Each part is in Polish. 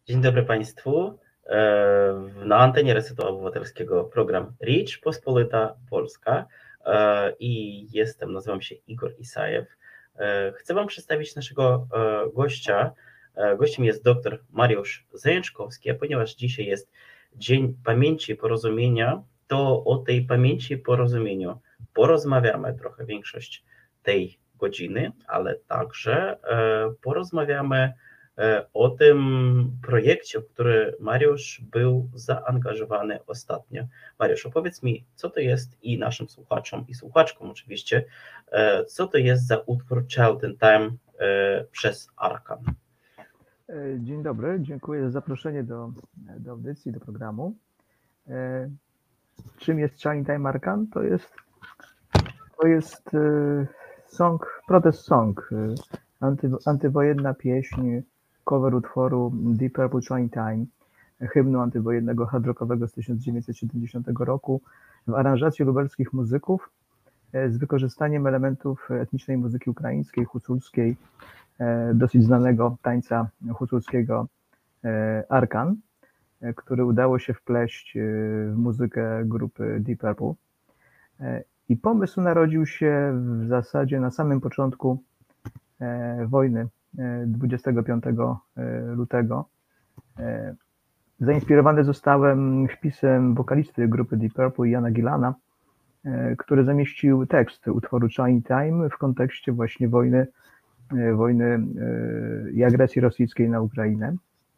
Dzień dobry Państwu. Na antenie Resetu Obywatelskiego program REACH Pospolita Polska i nazywam się Igor Isajew. Chcę Wam przedstawić naszego gościa. Gościem jest dr Mariusz Zajączkowski, a ponieważ dzisiaj jest Dzień Pamięci i Porozumienia, to o tej pamięci i porozumieniu porozmawiamy trochę większość tej godziny, ale także porozmawiamy o tym projekcie, w który Mariusz był zaangażowany ostatnio. Mariusz, opowiedz mi, co to jest i naszym słuchaczom i słuchaczkom oczywiście, co to jest za utwór Child in Time przez Arkan. Dzień dobry, dziękuję za zaproszenie do audycji, do programu. Czym jest Child in Time Arkan? To jest song, protest song, antywojenna pieśń, cover utworu Deep Purple Child in Time, hymnu antywojennego hard rockowego z 1970 roku w aranżacji lubelskich muzyków z wykorzystaniem elementów etnicznej muzyki ukraińskiej, huculskiej, dosyć znanego tańca huculskiego Arkan, który udało się wpleść w muzykę grupy Deep Purple. I pomysł narodził się w zasadzie na samym początku wojny 25 lutego. Zainspirowany zostałem wpisem wokalisty grupy Deep Purple Jana Gillana, który zamieścił tekst utworu Child in Time w kontekście właśnie wojny i agresji rosyjskiej na Ukrainę.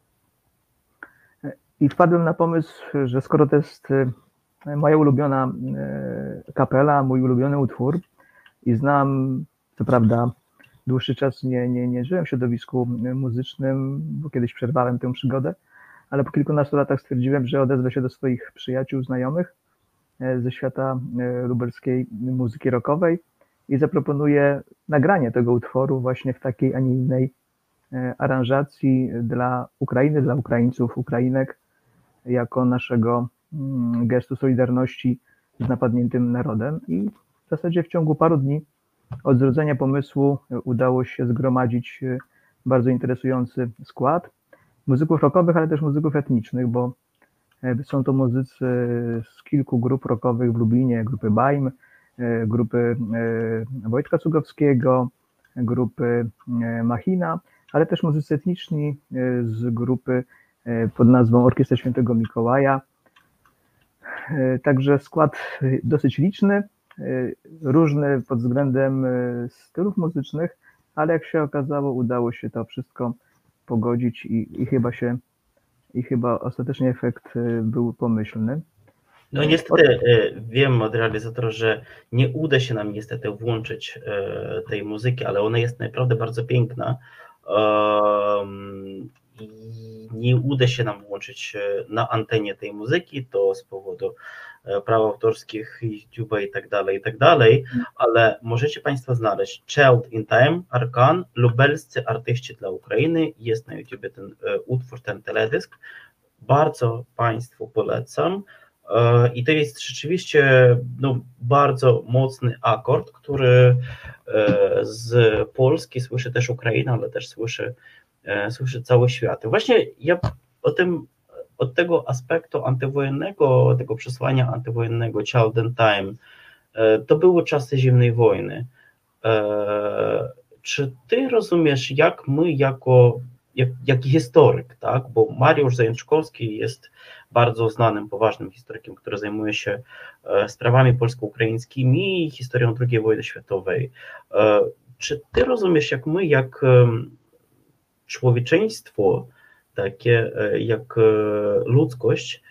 I wpadłem na pomysł, że skoro to jest moja ulubiona kapela, mój ulubiony utwór i znam, co prawda, dłuższy czas nie żyłem w środowisku muzycznym, bo kiedyś przerwałem tę przygodę, ale po kilkunastu latach stwierdziłem, że odezwę się do swoich przyjaciół, znajomych ze świata lubelskiej muzyki rockowej i zaproponuję nagranie tego utworu właśnie w takiej, a nie innej aranżacji dla Ukrainy, dla Ukraińców, Ukrainek, jako naszego gestu solidarności z napadniętym narodem. I w zasadzie w ciągu paru dni od zrodzenia pomysłu udało się zgromadzić bardzo interesujący skład muzyków rockowych, ale też muzyków etnicznych, bo są to muzycy z kilku grup rockowych w Lublinie, grupy Baim, grupy Wojtka Cugowskiego, grupy Machina, ale też muzycy etniczni z grupy pod nazwą Orkiestra Świętego Mikołaja. Także skład dosyć liczny, różny pod względem stylów muzycznych, ale jak się okazało, udało się to wszystko pogodzić i chyba ostatecznie efekt był pomyślny. No niestety wiem od realizatora, że nie uda się nam niestety włączyć tej muzyki, ale ona jest naprawdę bardzo piękna. I nie uda się nam włączyć na antenie tej muzyki, to z powodu praw autorskich, YouTube'a i tak dalej, ale możecie Państwo znaleźć Child in Time, Arkan, lubelscy artyści dla Ukrainy, jest na YouTubie ten utwór, ten teledysk, bardzo Państwu polecam. I to jest rzeczywiście bardzo mocny akord, który z Polski słyszy też Ukraina, ale też słyszy cały świat. Właśnie ja od tego aspektu antywojennego, tego przesłania antywojennego Child in Time, to były czasy zimnej wojny. Czy ty rozumiesz, jak my jak historyk, tak? Bo Mariusz Zajączkowski jest bardzo znanym, poważnym historykiem, który zajmuje się sprawami polsko-ukraińskimi i historią II wojny światowej. Czy ty rozumiesz, jak my, jak człowieczeństwo, takie jak ludzkość,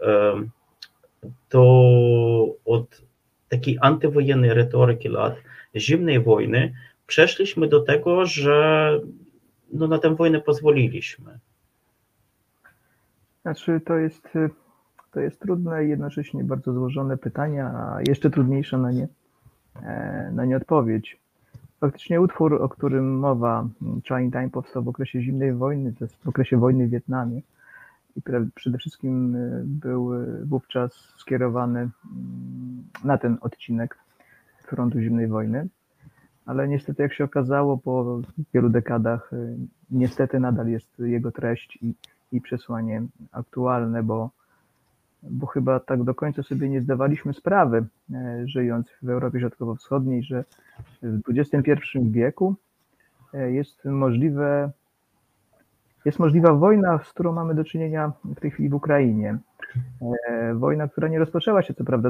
to od takiej antywojennej retoryki lat zimnej wojny przeszliśmy do tego, że na tę wojnę pozwoliliśmy? Znaczy, to jest trudne i jednocześnie bardzo złożone pytania, a jeszcze trudniejsza na nie odpowiedź. Faktycznie utwór, o którym mowa, Child in Time, powstał w okresie zimnej wojny, to jest w okresie wojny w Wietnamie i przede wszystkim był wówczas skierowany na ten odcinek frontu zimnej wojny. Ale niestety, jak się okazało, po wielu dekadach niestety nadal jest jego treść i przesłanie aktualne, bo chyba tak do końca sobie nie zdawaliśmy sprawy, żyjąc w Europie Środkowo-Wschodniej, że w XXI wieku jest możliwa wojna, z którą mamy do czynienia w tej chwili w Ukrainie. Wojna, która nie rozpoczęła się co prawda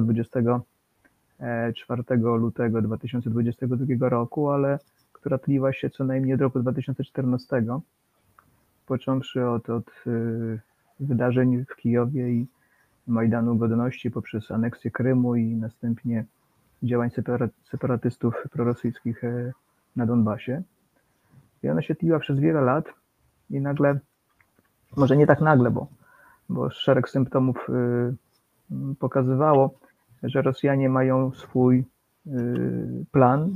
24 lutego 2022 roku, ale która tliła się co najmniej od roku 2014, począwszy od wydarzeń w Kijowie i Majdanu Godności poprzez aneksję Krymu i następnie działań separatystów prorosyjskich na Donbasie. I ona się tliła przez wiele lat i nagle, może nie tak nagle, bo szereg symptomów pokazywało, że Rosjanie mają swój plan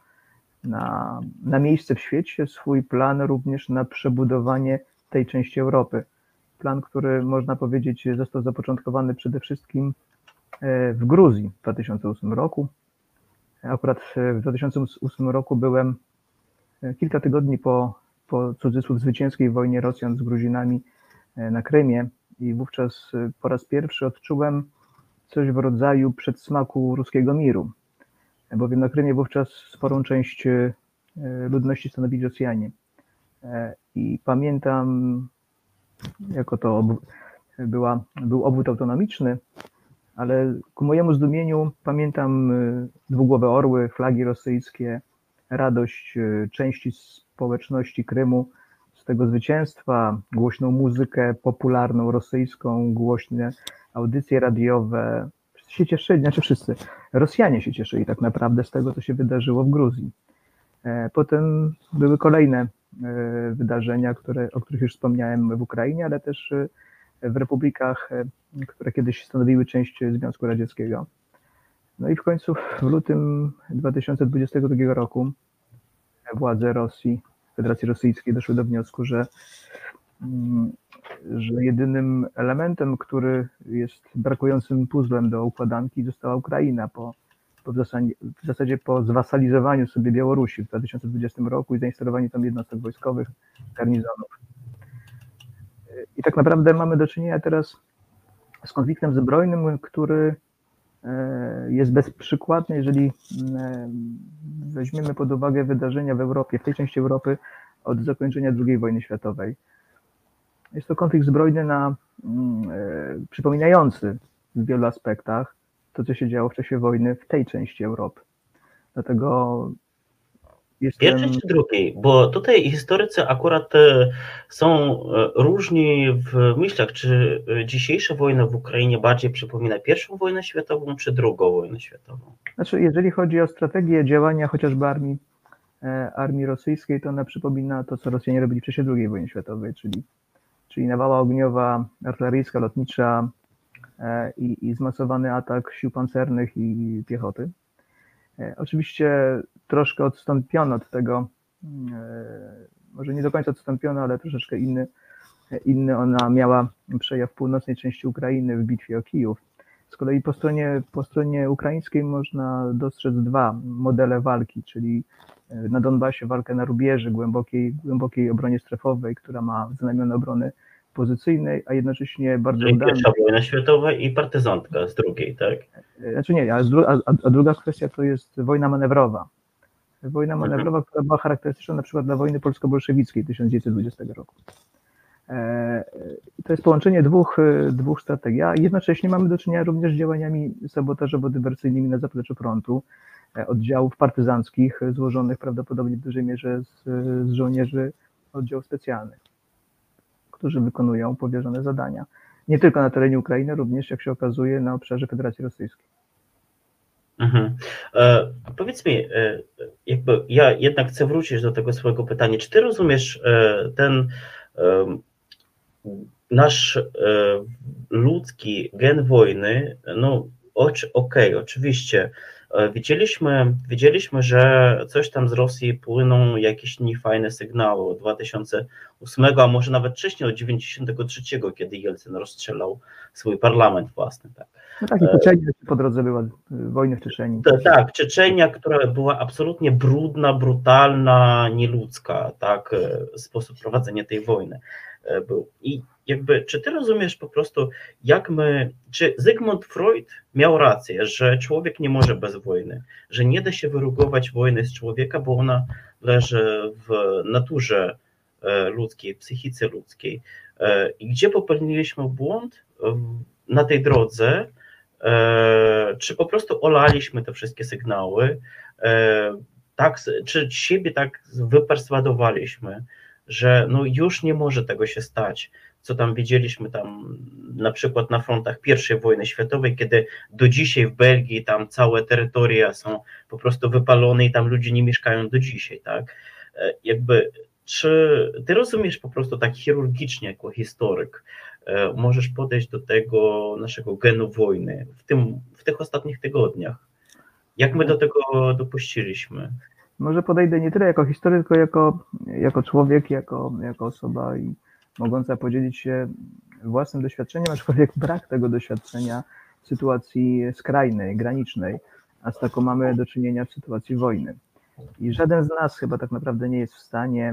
na miejsce w świecie, swój plan również na przebudowanie tej części Europy. Plan, który można powiedzieć został zapoczątkowany przede wszystkim w Gruzji w 2008 roku. Akurat w 2008 roku byłem kilka tygodni po cudzysłów zwycięskiej wojnie Rosjan z Gruzinami na Krymie i wówczas po raz pierwszy odczułem coś w rodzaju przedsmaku ruskiego miru, bowiem na Krymie wówczas sporą część ludności stanowili Rosjanie. I pamiętam, jako to był obwód autonomiczny, ale ku mojemu zdumieniu pamiętam dwugłowe orły, flagi rosyjskie, radość części społeczności Krymu z tego zwycięstwa, głośną muzykę popularną rosyjską, głośne audycje radiowe. Wszyscy się cieszyli, znaczy wszyscy, Rosjanie się cieszyli tak naprawdę z tego, co się wydarzyło w Gruzji. Potem były kolejne wydarzenia, o których już wspomniałem w Ukrainie, ale też w republikach, które kiedyś stanowiły część Związku Radzieckiego. No i w końcu w lutym 2022 roku władze Rosji, Federacji Rosyjskiej doszły do wniosku, że jedynym elementem, który jest brakującym puzzlem do układanki, została Ukraina w zasadzie po zwasalizowaniu sobie Białorusi w 2020 roku i zainstalowaniu tam jednostek wojskowych, garnizonów. I tak naprawdę mamy do czynienia teraz z konfliktem zbrojnym, który jest bezprzykładny, jeżeli weźmiemy pod uwagę wydarzenia w Europie, w tej części Europy od zakończenia II wojny światowej. Jest to konflikt zbrojny przypominający w wielu aspektach to, co się działo w czasie wojny w tej części Europy. Dlatego Pierwszej czy drugiej? Bo tutaj historycy akurat są różni w myślach, czy dzisiejsza wojna w Ukrainie bardziej przypomina pierwszą wojnę światową, czy drugą wojnę światową? Znaczy, jeżeli chodzi o strategię działania chociażby armii rosyjskiej, to ona przypomina to, co Rosjanie robili w czasie II wojny światowej, czyli nawała ogniowa, artyleryjska, lotnicza i zmasowany atak sił pancernych i piechoty. Oczywiście troszkę odstąpiono od tego, może nie do końca odstąpiono, ale troszeczkę inny ona miała przejaw w północnej części Ukrainy w bitwie o Kijów. Z kolei po stronie ukraińskiej można dostrzec dwa modele walki, czyli na Donbasie walkę na rubieży, głębokiej obronie strefowej, która ma znamiona obrony pozycyjnej, a jednocześnie bardzo udana. Pierwsza wojna światowa i partyzantka z drugiej, tak? Znaczy nie, a druga kwestia to jest wojna manewrowa. Wojna manewrowa, która była charakterystyczna na przykład dla wojny polsko-bolszewickiej 1920 roku. To jest połączenie dwóch strategii, a jednocześnie mamy do czynienia również z działaniami sabotażowo-dywersyjnymi na zapleczu frontu, oddziałów partyzanckich złożonych prawdopodobnie w dużej mierze z żołnierzy oddziałów specjalnych, którzy wykonują powierzone zadania. Nie tylko na terenie Ukrainy, również, jak się okazuje, na obszarze Federacji Rosyjskiej. Powiedz mi, jakby ja jednak chcę wrócić do tego swojego pytania. Czy ty rozumiesz ten nasz ludzki gen wojny? No okej, oczywiście widzieliśmy, że coś tam z Rosji płyną jakieś niefajne sygnały od 2008, a może nawet wcześniej, od 1993, kiedy Jelcyn rozstrzelał swój parlament własny. Tak. No tak, i Czeczenia po drodze była, wojny w Czeczenii. Tak, Czeczenia, która była absolutnie brudna, brutalna, nieludzka, tak, sposób prowadzenia tej wojny. był. I jakby, czy ty rozumiesz po prostu, czy Zygmunt Freud miał rację, że człowiek nie może bez wojny, że nie da się wyrugować wojny z człowieka, bo ona leży w naturze ludzkiej, psychice ludzkiej. I gdzie popełniliśmy błąd na tej drodze, czy po prostu olaliśmy te wszystkie sygnały, tak, czy siebie tak wyperswadowaliśmy, że no już nie może tego się stać, co tam widzieliśmy tam na przykład na frontach I wojny światowej, kiedy do dzisiaj w Belgii tam całe terytoria są po prostu wypalone i tam ludzie nie mieszkają do dzisiaj, tak? Jakby, czy ty rozumiesz po prostu tak chirurgicznie jako historyk, możesz podejść do tego naszego genu wojny w tych ostatnich tygodniach? Jak my do tego dopuściliśmy? Może podejdę nie tyle jako historyk, tylko jako człowiek, jako osoba i mogąca podzielić się własnym doświadczeniem, aczkolwiek brak tego doświadczenia w sytuacji skrajnej, granicznej, a z taką mamy do czynienia w sytuacji wojny. I żaden z nas chyba tak naprawdę nie jest w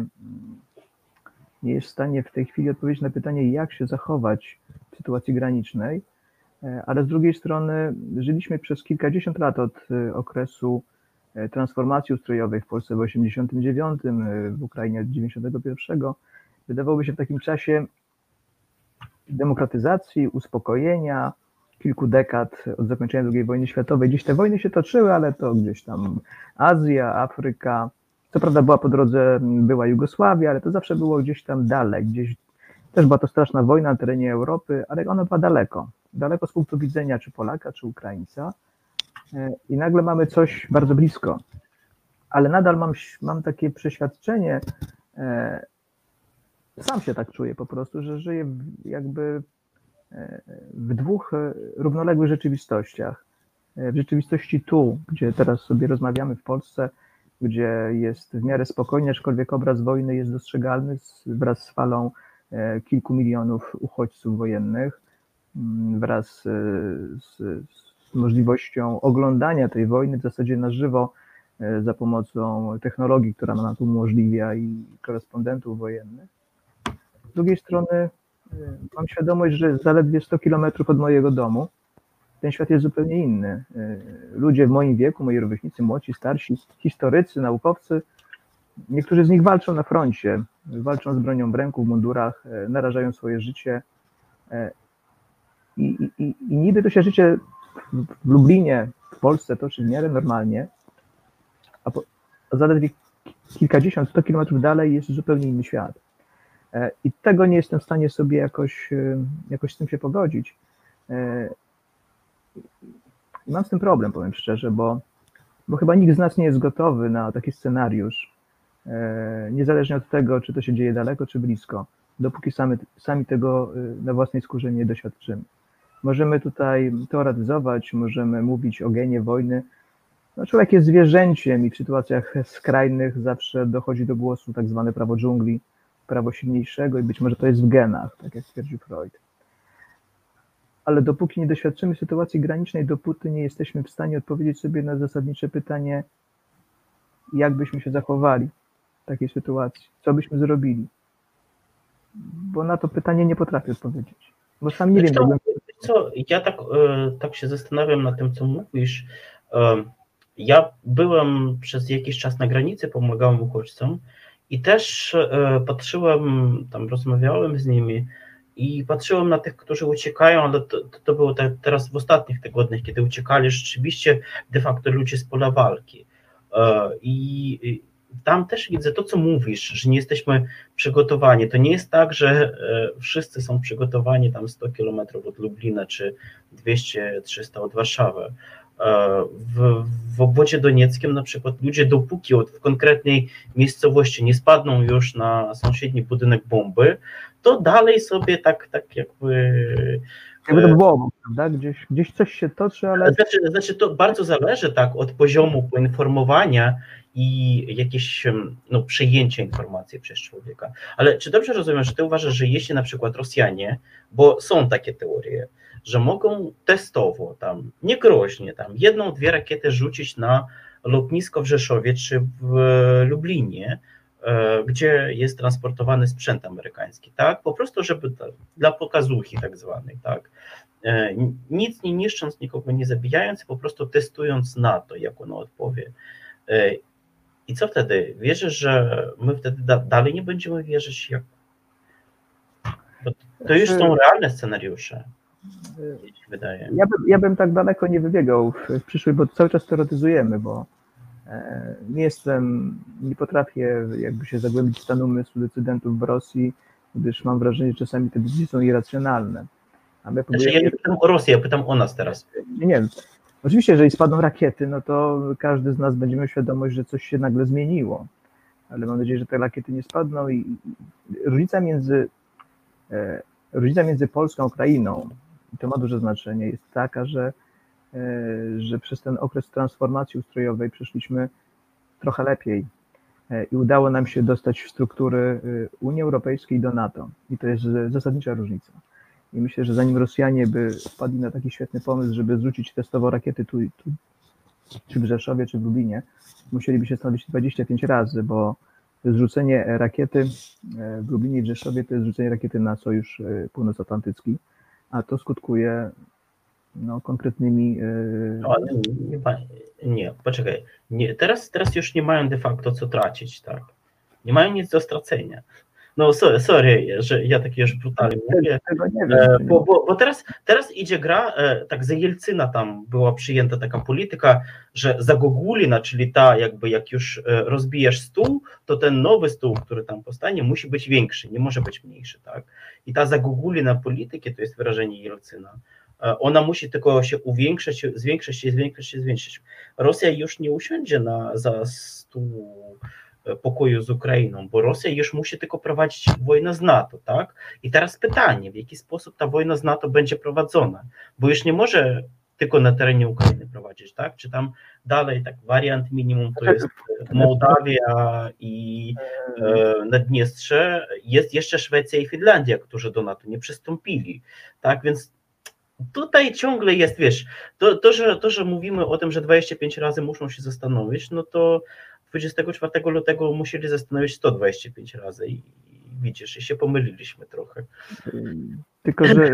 stanie w tej chwili odpowiedzieć na pytanie, jak się zachować w sytuacji granicznej, ale z drugiej strony żyliśmy przez kilkadziesiąt lat od okresu transformacji ustrojowej w Polsce w 89, w Ukrainie w 91. Wydawałoby się w takim czasie demokratyzacji, uspokojenia, kilku dekad od zakończenia II wojny światowej. Gdzieś te wojny się toczyły, ale to gdzieś tam Azja, Afryka. Co prawda była po drodze, była Jugosławia, ale to zawsze było gdzieś tam dalej. Gdzieś też była to straszna wojna na terenie Europy, ale ona była daleko. Daleko z punktu widzenia czy Polaka, czy Ukraińca. I nagle mamy coś bardzo blisko. Ale nadal mam takie przeświadczenie, sam się tak czuję po prostu, że żyję jakby w dwóch równoległych rzeczywistościach. W rzeczywistości tu, gdzie teraz sobie rozmawiamy w Polsce, gdzie jest w miarę spokojnie, aczkolwiek obraz wojny jest dostrzegalny wraz z falą kilku milionów uchodźców wojennych, wraz z możliwością oglądania tej wojny w zasadzie na żywo za pomocą technologii, która nam to umożliwia i korespondentów wojennych. Z drugiej strony mam świadomość, że zaledwie 100 kilometrów od mojego domu ten świat jest zupełnie inny. Ludzie w moim wieku, moi rówieśnicy, młodsi, starsi, historycy, naukowcy, niektórzy z nich walczą na froncie, walczą z bronią w ręku, w mundurach, narażają swoje życie. I niby to się życie w Lublinie, w Polsce toczy w miarę normalnie, a zaledwie kilkadziesiąt, 100 kilometrów dalej jest zupełnie inny świat. I tego nie jestem w stanie sobie jakoś z tym się pogodzić. I mam z tym problem, powiem szczerze, bo chyba nikt z nas nie jest gotowy na taki scenariusz, niezależnie od tego, czy to się dzieje daleko, czy blisko, dopóki sami tego na własnej skórze nie doświadczymy. Możemy tutaj teoretyzować, możemy mówić o genie wojny. No, człowiek jest zwierzęciem i w sytuacjach skrajnych zawsze dochodzi do głosu tak zwane prawo dżungli, prawo silniejszego i być może to jest w genach, tak jak stwierdził Freud. Ale dopóki nie doświadczymy sytuacji granicznej, dopóty nie jesteśmy w stanie odpowiedzieć sobie na zasadnicze pytanie, jak byśmy się zachowali w takiej sytuacji, co byśmy zrobili. Bo na to pytanie nie potrafię odpowiedzieć. Bo sam nie wiem. Ja tak się zastanawiam nad tym, co mówisz. Ja byłem przez jakiś czas na granicy, pomagałem uchodźcom i też patrzyłem, tam rozmawiałem z nimi i patrzyłem na tych, którzy uciekają, ale to było teraz w ostatnich tygodniach, kiedy uciekali rzeczywiście de facto ludzie z pola walki. I tam też widzę to, co mówisz, że nie jesteśmy przygotowani. To nie jest tak, że wszyscy są przygotowani tam 100 kilometrów od Lublina, czy 200-300 od Warszawy. W obwodzie donieckim na przykład ludzie, dopóki w konkretnej miejscowości nie spadną już na sąsiedni budynek bomby, to dalej sobie tak jakby to było, prawda? Gdzieś coś się toczy, ale... Znaczy to bardzo zależy tak od poziomu poinformowania i jakieś przejęcie informacji przez człowieka. Ale czy dobrze rozumiem, że ty uważasz, że jeśli na przykład Rosjanie, bo są takie teorie, że mogą testowo tam, niegroźnie tam, 1-2 rakiety rzucić na lotnisko w Rzeszowie czy w Lublinie, gdzie jest transportowany sprzęt amerykański, tak? Po prostu, żeby dla pokazuchi tak zwanej, tak? Nic nie niszcząc, nikogo nie zabijając, po prostu testując NATO, jak ono odpowie. I co wtedy? Wierzysz, że my wtedy dalej nie będziemy wierzyć? Bo to już są realne scenariusze, mi się wydaje. Ja bym tak daleko nie wybiegał w przyszłość, bo cały czas teoretyzujemy, bo nie potrafię jakby się zagłębić w stan umysłu decydentów w Rosji, gdyż mam wrażenie, że czasami te decyzje są irracjonalne. A my próbujemy... Ja nie pytam o Rosję, ja pytam o nas teraz. Nie, oczywiście, jeżeli spadną rakiety, no to każdy z nas będzie miał świadomość, że coś się nagle zmieniło. Ale mam nadzieję, że te rakiety nie spadną i różnica między Polską a Ukrainą, i to ma duże znaczenie, jest taka, że przez ten okres transformacji ustrojowej przeszliśmy trochę lepiej i udało nam się dostać w struktury Unii Europejskiej do NATO. I to jest zasadnicza różnica. I myślę, że zanim Rosjanie by wpadli na taki świetny pomysł, żeby zrzucić testowo rakiety tu, czy w Rzeszowie, czy w Lublinie, musieliby się zastanowić 25 razy, bo zrzucenie rakiety w Lublinie i w Rzeszowie to jest zrzucenie rakiety na Sojusz Północnoatlantycki, a to skutkuje konkretnymi... No, ale nie, poczekaj. Nie, teraz już nie mają de facto co tracić, tak? Nie mają nic do stracenia. No sorry, że ja takie już brutalnie mówię, bo teraz idzie gra, tak za Jelcyna tam była przyjęta taka polityka, że za Gogulina, czyli ta jakby jak już rozbijasz stół, to ten nowy stół, który tam powstanie, musi być większy, nie może być mniejszy, tak? I ta za Gogulina polityki, to jest wyrażenie Jelcyna, ona musi tylko się uwiększać, zwiększyć. Rosja już nie usiądzie za stół pokoju z Ukrainą, bo Rosja już musi tylko prowadzić wojnę z NATO, tak? I teraz pytanie, w jaki sposób ta wojna z NATO będzie prowadzona, bo już nie może tylko na terenie Ukrainy prowadzić, tak? Czy tam dalej, tak, wariant minimum to jest Mołdawia i Naddniestrze, jest jeszcze Szwecja i Finlandia, którzy do NATO nie przystąpili, tak? Więc tutaj ciągle jest, wiesz, to, że mówimy o tym, że 25 razy muszą się zastanowić, no to 24 lutego musieli zastanowić 125 razy i widzisz, i się pomyliliśmy trochę. Tylko, że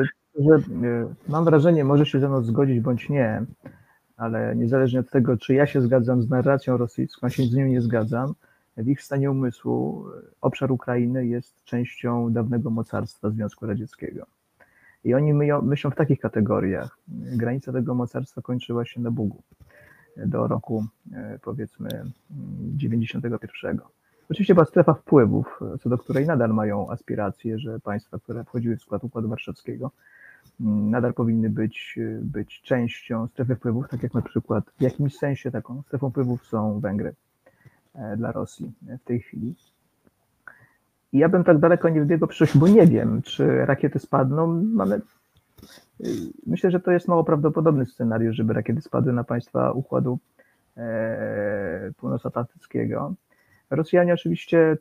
mam wrażenie, może się ze mną zgodzić bądź nie, ale niezależnie od tego, czy ja się zgadzam z narracją rosyjską, a się z nią nie zgadzam, w ich stanie umysłu obszar Ukrainy jest częścią dawnego mocarstwa Związku Radzieckiego. I oni myślą w takich kategoriach. Granica tego mocarstwa kończyła się na Bugu do roku, powiedzmy, 91. Oczywiście była strefa wpływów, co do której nadal mają aspiracje, że państwa, które wchodziły w skład Układu Warszawskiego, nadal powinny być częścią strefy wpływów, tak jak na przykład w jakimś sensie taką strefą wpływów są Węgry dla Rosji w tej chwili. I ja bym tak daleko nie wybiegł w przyszłość, bo nie wiem, czy rakiety spadną. Myślę, że to jest mało prawdopodobny scenariusz, żeby rakiety spadły na państwa Układu Północnoatlantyckiego. Rosjanie oczywiście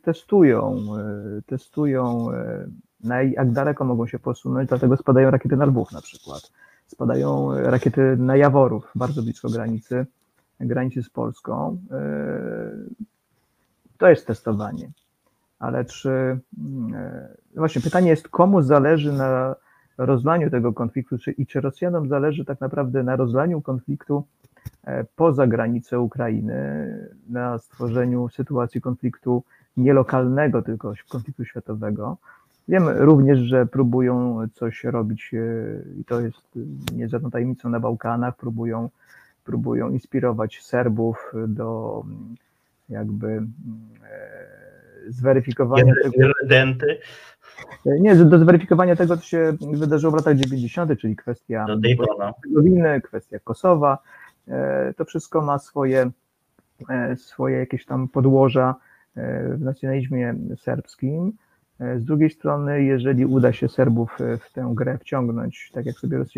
testują jak daleko mogą się posunąć, dlatego spadają rakiety na Lwów na przykład. Spadają rakiety na Jaworów, bardzo blisko granicy z Polską. To jest testowanie. Ale właśnie pytanie jest, komu zależy na rozlaniu tego konfliktu, czy Rosjanom zależy tak naprawdę na rozlaniu konfliktu poza granicę Ukrainy, na stworzeniu sytuacji konfliktu nie lokalnego, tylko konfliktu światowego. Wiem również, że próbują coś robić, i to jest nie żadną tajemnicą, na Bałkanach, próbują inspirować Serbów do jakby zweryfikowania do zweryfikowania tego, co się wydarzyło w latach 90., czyli kwestia Hercegowiny, kwestia Kosowa. To wszystko ma swoje jakieś tam podłoża w nacjonalizmie serbskim. Z drugiej strony, jeżeli uda się Serbów w tę grę wciągnąć, tak jak sobie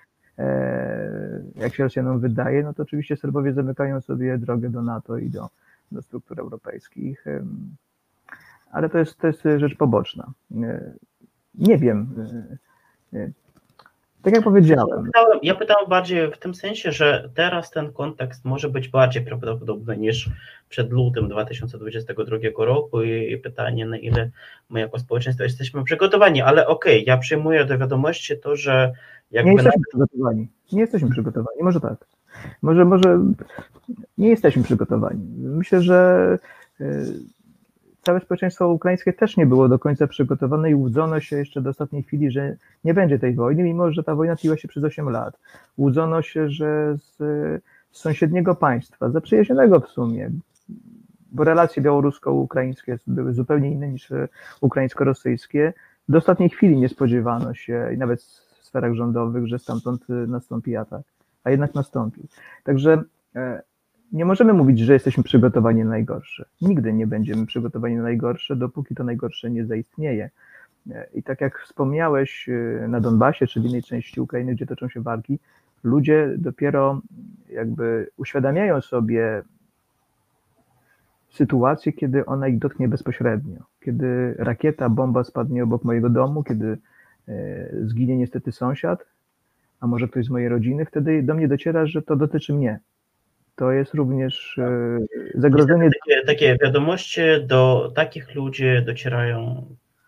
jak się Rosjanom wydaje, no to oczywiście Serbowie zamykają sobie drogę do NATO i do struktur europejskich. Ale to jest rzecz poboczna. Nie wiem. Tak jak powiedziałem. Ja pytałem bardziej w tym sensie, że teraz ten kontekst może być bardziej prawdopodobny niż przed lutym 2022 roku i pytanie, na ile my jako społeczeństwo jesteśmy przygotowani, ale okej, ja przyjmuję do wiadomości to, że jakby... Nie jesteśmy przygotowani. Nie jesteśmy przygotowani. Może tak. Może nie jesteśmy przygotowani. Myślę, że całe społeczeństwo ukraińskie też nie było do końca przygotowane i łudzono się jeszcze do ostatniej chwili, że nie będzie tej wojny, mimo że ta wojna tliła się przez 8 lat. Łudzono się, że z sąsiedniego państwa, zaprzyjaźnionego w sumie, bo relacje białorusko-ukraińskie były zupełnie inne niż ukraińsko-rosyjskie, do ostatniej chwili nie spodziewano się, i nawet w sferach rządowych, że stamtąd nastąpi atak, a jednak nastąpił. Także nie możemy mówić, że jesteśmy przygotowani na najgorsze. Nigdy nie będziemy przygotowani na najgorsze, dopóki to najgorsze nie zaistnieje. I tak jak wspomniałeś, na Donbasie czy w innej części Ukrainy, gdzie toczą się walki, ludzie dopiero jakby uświadamiają sobie sytuację, kiedy ona ich dotknie bezpośrednio. Kiedy rakieta, bomba spadnie obok mojego domu, kiedy zginie niestety sąsiad, a może ktoś z mojej rodziny, wtedy do mnie dociera, że to dotyczy mnie. To jest również zagrożenie. Takie wiadomości do takich ludzi docierają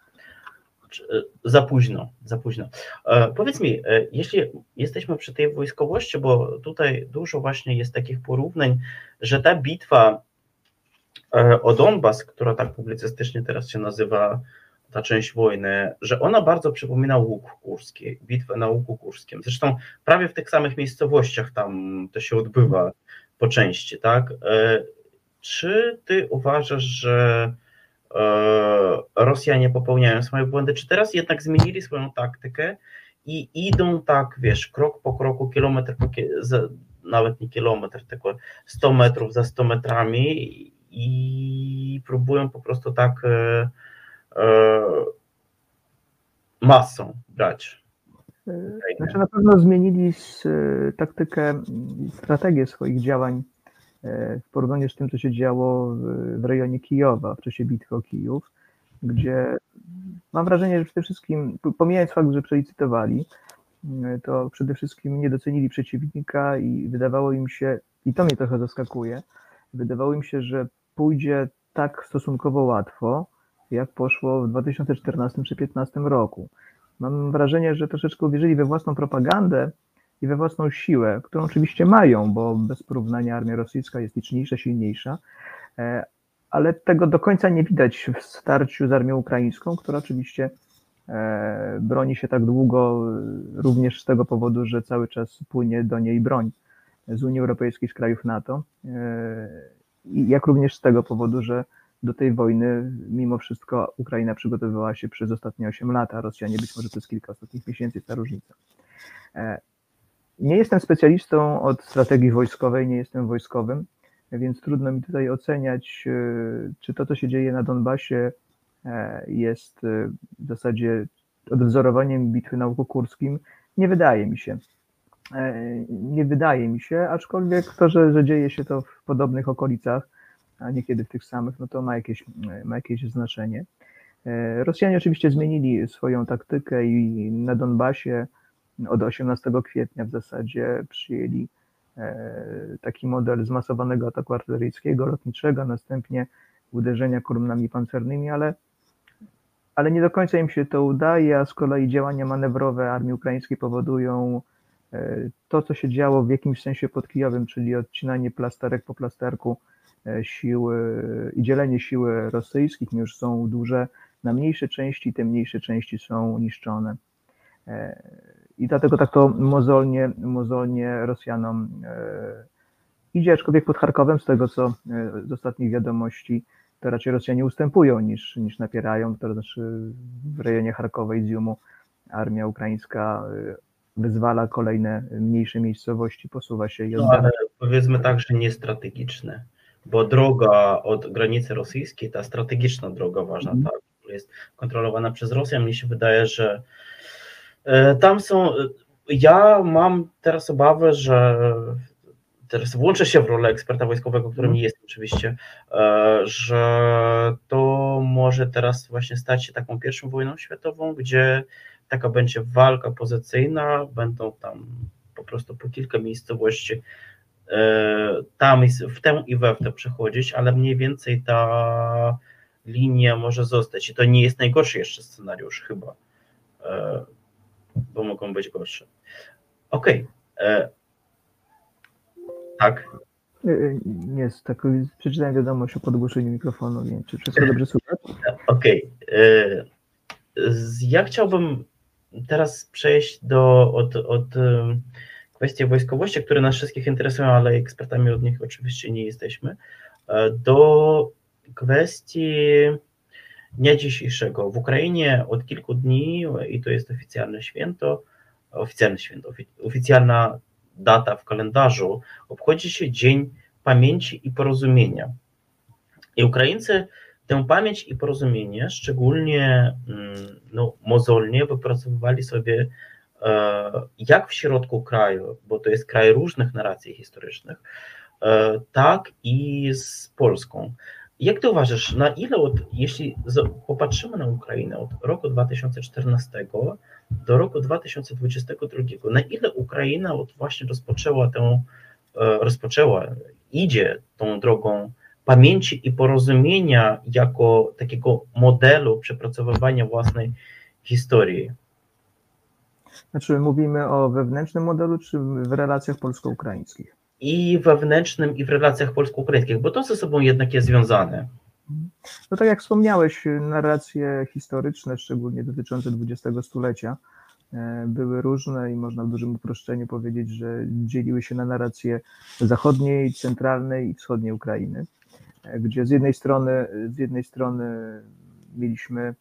za późno. Powiedz mi, jeśli jesteśmy przy tej wojskowości, bo tutaj dużo właśnie jest takich porównań, że ta bitwa o Donbas, która tak publicystycznie teraz się nazywa, ta część wojny, że ona bardzo przypomina Łuk Kurski, bitwę na Łuku Kurskim. Zresztą prawie w tych samych miejscowościach tam to się odbywa po części, tak? Czy ty uważasz, że Rosjanie popełniają swoje błędy, czy teraz jednak zmienili swoją taktykę i idą tak, wiesz, krok po kroku, kilometr po nawet nie kilometr, tylko 100 metrów za 100 metrami i próbują po prostu tak masą brać? Znaczy na pewno zmienili taktykę, strategię swoich działań w porównaniu z tym, co się działo w rejonie Kijowa w czasie bitwy o Kijów, gdzie mam wrażenie, że przede wszystkim, pomijając fakt, że przelicytowali, to przede wszystkim nie docenili przeciwnika i wydawało im się, i to mnie trochę zaskakuje, wydawało im się, że pójdzie tak stosunkowo łatwo, jak poszło w 2014 czy 2015 roku. Mam wrażenie, że troszeczkę uwierzyli we własną propagandę i we własną siłę, którą oczywiście mają, bo bez porównania armia rosyjska jest liczniejsza, silniejsza, ale tego do końca nie widać w starciu z armią ukraińską, która oczywiście broni się tak długo również z tego powodu, że cały czas płynie do niej broń z Unii Europejskiej, z krajów NATO, i jak również z tego powodu, że do tej wojny mimo wszystko Ukraina przygotowywała się przez ostatnie 8 lat, a Rosjanie być może przez kilka ostatnich miesięcy, ta różnica. Nie jestem specjalistą od strategii wojskowej, nie jestem wojskowym, więc trudno mi tutaj oceniać, czy to, co się dzieje na Donbasie, jest w zasadzie odwzorowaniem bitwy na Łuku Kurskim. Nie wydaje mi się. Nie wydaje mi się, aczkolwiek to, że dzieje się to w podobnych okolicach, a niekiedy w tych samych, no to ma jakieś znaczenie. Rosjanie oczywiście zmienili swoją taktykę i na Donbasie od 18 kwietnia w zasadzie przyjęli taki model zmasowanego ataku artyleryjskiego, lotniczego, następnie uderzenia kolumnami pancernymi, ale nie do końca im się to udaje, a z kolei działania manewrowe armii ukraińskiej powodują to, co się działo w jakimś sensie pod Kijowem, czyli odcinanie plasterek po plasterku sił i dzielenie sił rosyjskich, już są duże, na mniejsze części, te mniejsze części są niszczone. I dlatego tak to mozolnie Rosjanom idzie, aczkolwiek pod Charkowem, z tego co z ostatnich wiadomości, to raczej Rosjanie ustępują niż napierają, to znaczy w rejonie Charkowa i Ziumu armia ukraińska wyzwala kolejne mniejsze miejscowości, posuwa się i odbiera. No ale powiedzmy tak, że nie strategiczne, bo droga od granicy rosyjskiej, ta strategiczna droga ważna, ta, która jest kontrolowana przez Rosjan, mnie się wydaje, że tam są, ja mam teraz obawę, że teraz włączę się w rolę eksperta wojskowego, którym nie jestem oczywiście, że to może teraz właśnie stać się taką pierwszą wojną światową, gdzie taka będzie walka pozycyjna, będą tam po prostu po kilka miejscowości tam w tę i we w tę przechodzić, ale mniej więcej ta linia może zostać i to nie jest najgorszy jeszcze scenariusz chyba, bo mogą być gorsze. Okej. Tak. Nie, tak przeczytałem wiadomość o podgłoszeniu mikrofonu, nie wiem, czy wszystko dobrze słychać? Okej. Ja chciałbym teraz przejść od kwestii wojskowości, które nas wszystkich interesują, ale ekspertami od nich oczywiście nie jesteśmy, do kwestii dnia dzisiejszego. W Ukrainie od kilku dni, i to jest oficjalna data w kalendarzu, obchodzi się Dzień Pamięci i Porozumienia. I Ukraińcy tę pamięć i porozumienie szczególnie mozolnie wypracowywali sobie jak w środku kraju, bo to jest kraj różnych narracji historycznych, tak i z Polską. Jak ty uważasz, na ile jeśli popatrzymy na Ukrainę od roku 2014 do roku 2022, na ile Ukraina właśnie idzie tą drogą pamięci i porozumienia jako takiego modelu przepracowywania własnej historii? Znaczy mówimy o wewnętrznym modelu, czy w relacjach polsko-ukraińskich? I wewnętrznym, i w relacjach polsko-ukraińskich, bo to ze sobą jednak jest związane. No tak jak wspomniałeś, narracje historyczne, szczególnie dotyczące XX stulecia, były różne i można w dużym uproszczeniu powiedzieć, że dzieliły się na narracje zachodniej, centralnej i wschodniej Ukrainy, gdzie z jednej strony mieliśmy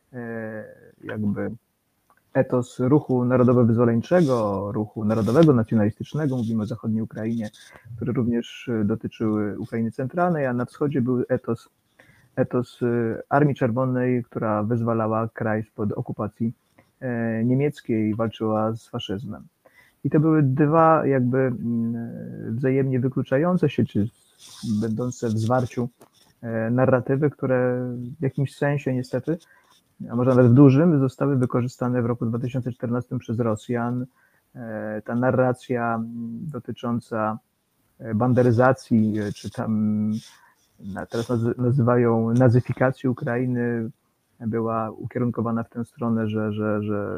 jakby etos ruchu narodowo-wyzwoleńczego, ruchu narodowego, nacjonalistycznego, mówimy o zachodniej Ukrainie, które również dotyczyły Ukrainy centralnej, a na wschodzie był etos Armii Czerwonej, która wyzwalała kraj spod okupacji niemieckiej i walczyła z faszyzmem. I to były dwa jakby wzajemnie wykluczające się, czy będące w zwarciu narratywy, które w jakimś sensie niestety, a może nawet w dużym, zostały wykorzystane w roku 2014 przez Rosjan. Ta narracja dotycząca banderyzacji, czy tam teraz nazywają nazyfikacji Ukrainy, była ukierunkowana w tę stronę, że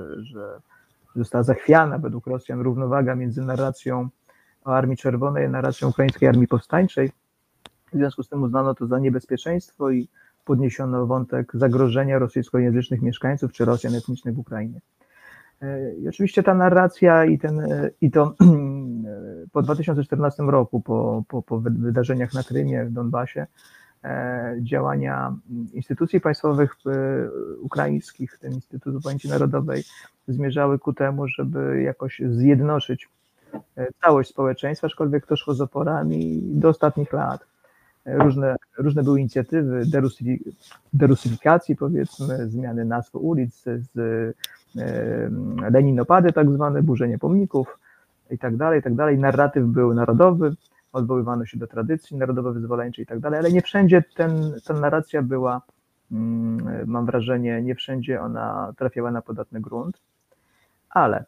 została zachwiana według Rosjan równowaga między narracją o Armii Czerwonej a narracją ukraińskiej Armii Powstańczej. W związku z tym uznano to za niebezpieczeństwo i podniesiono wątek zagrożenia rosyjskojęzycznych mieszkańców czy Rosjan etnicznych w Ukrainie. I oczywiście ta narracja i to po 2014 roku, po wydarzeniach na Krymie, w Donbasie, działania instytucji państwowych ukraińskich, w tym Instytutu Pamięci Narodowej, zmierzały ku temu, żeby jakoś zjednoczyć całość społeczeństwa, aczkolwiek to szło z oporami do ostatnich lat. Różne były inicjatywy derusyfikacji, powiedzmy, zmiany nazw ulic, z leninopady tak zwane, burzenie pomników i tak dalej. Narratyw był narodowy, odwoływano się do tradycji narodowo-wyzwoleńczej i tak dalej, ale nie wszędzie ta narracja była, mam wrażenie, nie wszędzie ona trafiała na podatny grunt, ale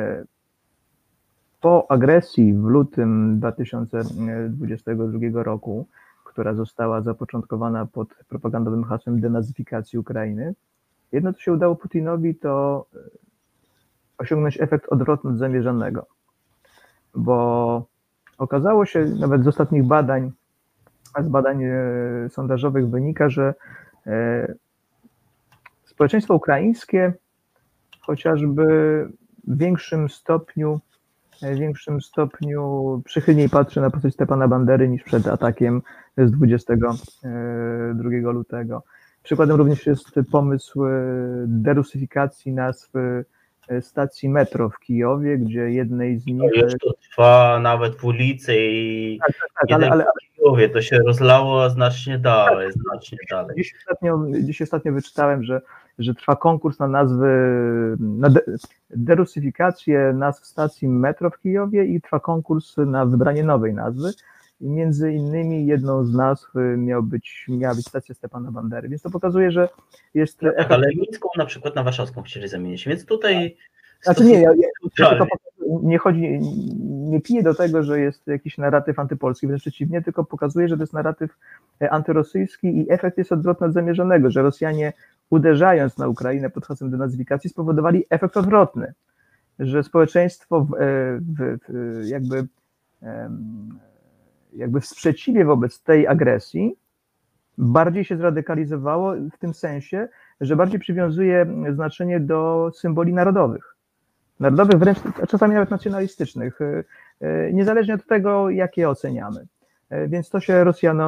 po agresji w lutym 2022 roku, która została zapoczątkowana pod propagandowym hasłem denazyfikacji Ukrainy, jedno co się udało Putinowi, to osiągnąć efekt odwrotny od zamierzonego, bo okazało się, nawet z ostatnich badań, a z badań sondażowych wynika, że społeczeństwo ukraińskie chociażby w większym stopniu przychylniej patrzy na postać Stepana Bandery niż przed atakiem z 22 lutego. Przykładem również jest pomysł derusyfikacji nazw stacji metro w Kijowie, gdzie jednej z nich... Już to trwa nawet w ulicy i tak, ale w Kijowie to się rozlało znacznie dalej. Dziś ostatnio wyczytałem, że trwa konkurs na nazwy, na derusyfikację nazw stacji metro w Kijowie i trwa konkurs na wybranie nowej nazwy. i między innymi jedną z nazw miała być stacja Stepana Bandery, więc to pokazuje, że jest No tak, ale Mińską na przykład na Warszawską chcieli zamienić, więc tutaj znaczy nie, ja tylko nie chodzi, nie piję do tego, że jest jakiś narratyw antypolski, wręcz przeciwnie, tylko pokazuje, że to jest narratyw antyrosyjski i efekt jest odwrotny od zamierzonego, że Rosjanie uderzając na Ukrainę pod hasłem denazyfikacji spowodowali efekt odwrotny, że społeczeństwo jakby w sprzeciwie wobec tej agresji bardziej się zradykalizowało w tym sensie, że bardziej przywiązuje znaczenie do symboli narodowych, wręcz czasami nawet nacjonalistycznych, niezależnie od tego, jak je oceniamy. Więc to się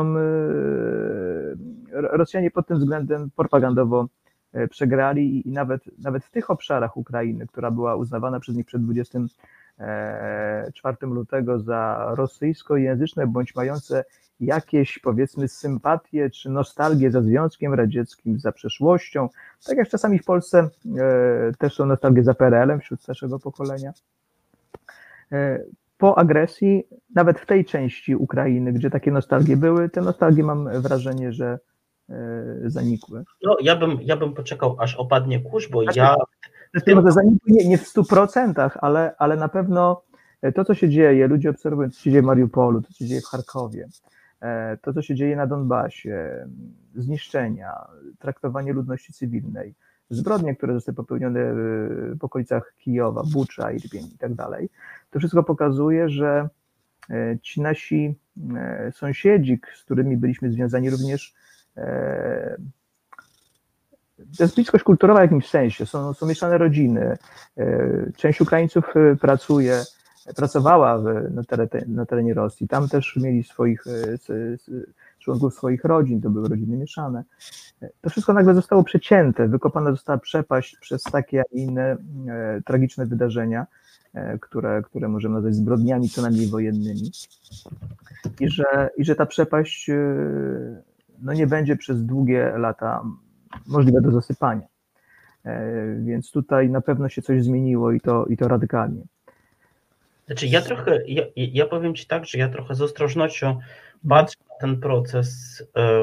Rosjanie pod tym względem propagandowo przegrali i nawet w tych obszarach Ukrainy, która była uznawana przez nich przed 24 lutego za rosyjskojęzyczne, bądź mające jakieś, powiedzmy, sympatie czy nostalgię za Związkiem Radzieckim, za przeszłością, tak jak czasami w Polsce też są nostalgie za PRL-em wśród starszego pokolenia. Po agresji, nawet w tej części Ukrainy, gdzie takie nostalgie były, te nostalgie, mam wrażenie, że zanikły. No, ja bym poczekał, aż opadnie kurz, bo Może zanikły nie w 100%, ale na pewno to, co się dzieje, ludzie obserwują, co się dzieje w Mariupolu, co się dzieje w Charkowie, to, co się dzieje na Donbasie, zniszczenia, traktowanie ludności cywilnej, zbrodnie, które zostały popełnione w okolicach Kijowa, Bucza, Irpień i tak dalej, to wszystko pokazuje, że ci nasi sąsiedzi, z którymi byliśmy związani również, to jest bliskość kulturowa w jakimś sensie, są mieszane rodziny, część Ukraińców pracowała na terenie Rosji, tam też mieli członków swoich rodzin, to były rodziny mieszane. To wszystko nagle zostało przecięte, wykopana została przepaść przez takie, a inne tragiczne wydarzenia, które możemy nazwać zbrodniami co najmniej wojennymi i że ta przepaść nie będzie przez długie lata możliwe do zasypania. Więc tutaj na pewno się coś zmieniło i to radykalnie. Znaczy ja powiem Ci tak, że ja trochę z ostrożnością patrzę na ten proces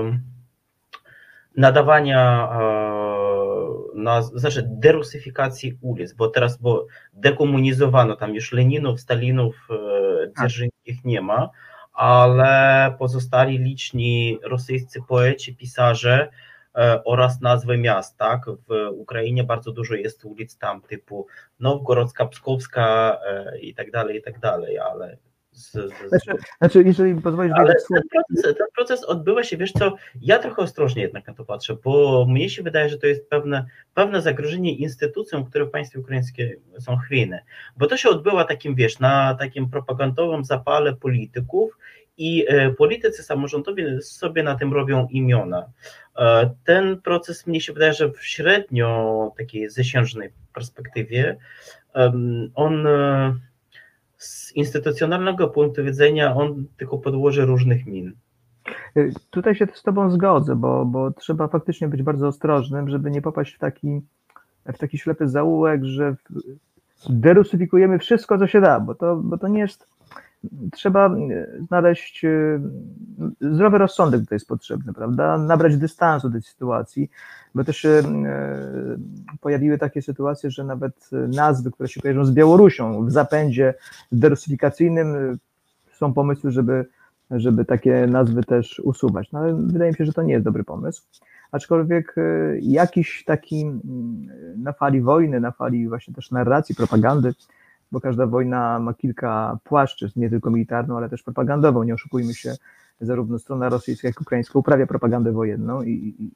nadawania, znaczy derusyfikacji ulic, bo teraz dekomunizowano tam już Leninów, Stalinów, Dzierżyńskich nie ma, ale pozostali liczni rosyjscy poeci, pisarze oraz nazwy miast, tak? W Ukrainie bardzo dużo jest ulic tam typu Nowgorodzka, Pskowska i tak dalej, ale Znaczy, jeżeli pozwolisz... Ale ten proces odbywa się, wiesz co, ja trochę ostrożnie jednak na to patrzę, bo mnie się wydaje, że to jest pewne zagrożenie instytucjom, które w państwie ukraińskim są chwiejne, bo to się odbywa takim, wiesz, na takim propagandowym zapale polityków i politycy samorządowi sobie na tym robią imiona. Ten proces, mnie się wydaje, że w średnio takiej zasiężnej perspektywie on z instytucjonalnego punktu widzenia on tylko podłoży różnych min. Tutaj się z Tobą zgodzę, bo trzeba faktycznie być bardzo ostrożnym, żeby nie popaść w taki ślepy zaułek, że derusyfikujemy wszystko, co się da, bo to nie jest... Trzeba znaleźć zdrowy rozsądek, tutaj jest potrzebny, prawda? Nabrać dystansu do tej sytuacji, bo też się pojawiły takie sytuacje, że nawet nazwy, które się kojarzą z Białorusią w zapędzie derusyfikacyjnym są pomysły, żeby takie nazwy też usuwać. No ale wydaje mi się, że to nie jest dobry pomysł. Aczkolwiek jakiś taki na fali wojny, na fali właśnie też narracji, propagandy, bo każda wojna ma kilka płaszczyzn, nie tylko militarną, ale też propagandową. Nie oszukujmy się, zarówno strona rosyjska, jak i ukraińska uprawia propagandę wojenną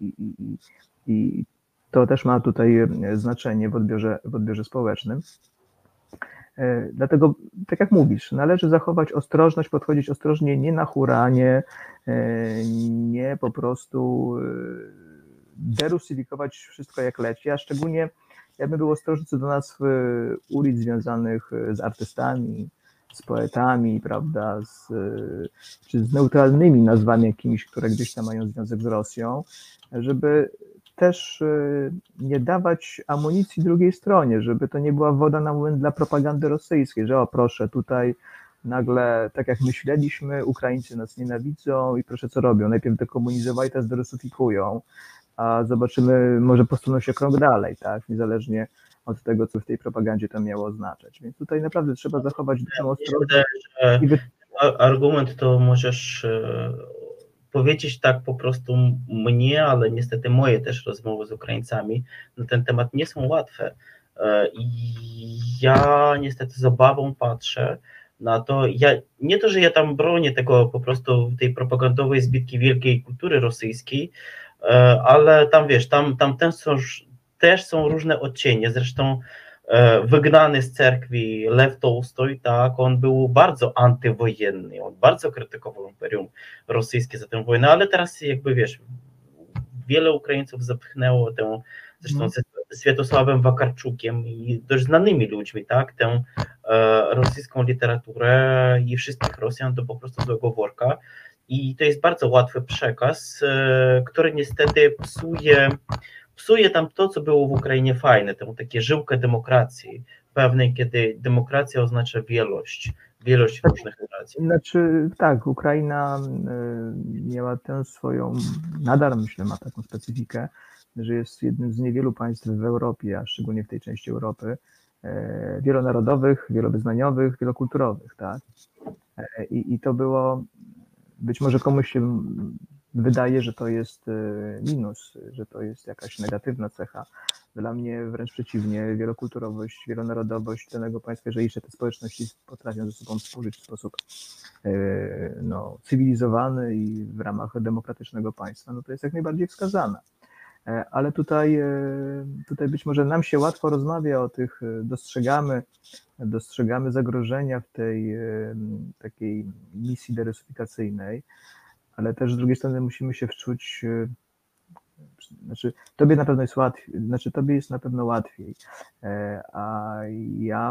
i to też ma tutaj znaczenie w odbiorze społecznym. Dlatego, tak jak mówisz, należy zachować ostrożność, podchodzić ostrożnie, nie na huranie, nie po prostu derusyfikować wszystko jak leci, a szczególnie ja bym był ostrożny co do nazw ulic związanych z artystami, z poetami, prawda, czy z neutralnymi nazwami jakimiś, które gdzieś tam mają związek z Rosją, żeby też nie dawać amunicji drugiej stronie, żeby to nie była woda na młyn dla propagandy rosyjskiej, że o proszę, tutaj nagle, tak jak myśleliśmy, Ukraińcy nas nienawidzą i proszę co robią, najpierw dekomunizowali, teraz derusyfikują, a zobaczymy, może posuną się krok dalej, tak, niezależnie od tego, co w tej propagandzie to miało oznaczać. Więc tutaj naprawdę trzeba zachować dużą ostrożność. Argument to możesz powiedzieć tak po prostu mnie, ale niestety moje też rozmowy z Ukraińcami na ten temat nie są łatwe. I ja niestety z obawą patrzę na to, nie to, że ja tam bronię tego po prostu tej propagandowej zbitki wielkiej kultury rosyjskiej, ale tam wiesz, tam też są różne odcienie, zresztą wygnany z cerkwi Lew Tolstoj, tak, on był bardzo antywojenny, on bardzo krytykował Imperium Rosyjskie za tę wojnę, ale teraz jakby wiesz, wiele Ukraińców zapchnęło tę, zresztą ze Światosławem Wakarczukiem i dość znanymi ludźmi, tak, tę rosyjską literaturę i wszystkich Rosjan do po prostu złego worka i to jest bardzo łatwy przekaz, który niestety psuje tam to, co było w Ukrainie fajne, tę takie żyłkę demokracji pewnej, kiedy demokracja oznacza wielość różnych narracji. Znaczy tak, Ukraina miała tę swoją, nadal myślę ma taką specyfikę, że jest jednym z niewielu państw w Europie, a szczególnie w tej części Europy, wielonarodowych, wielowyznaniowych, wielokulturowych, tak? I to było, być może komuś się wydaje, że to jest minus, że to jest jakaś negatywna cecha. Dla mnie wręcz przeciwnie, wielokulturowość, wielonarodowość danego państwa, jeżeli jeszcze te społeczności potrafią ze sobą współżyć w sposób cywilizowany i w ramach demokratycznego państwa, no to jest jak najbardziej wskazana. Ale tutaj być może nam się łatwo rozmawia o tych, dostrzegamy zagrożenia w tej takiej misji derusyfikacyjnej, ale też z drugiej strony musimy się wczuć, znaczy tobie na pewno jest łatwiej, tobie jest na pewno łatwiej, a ja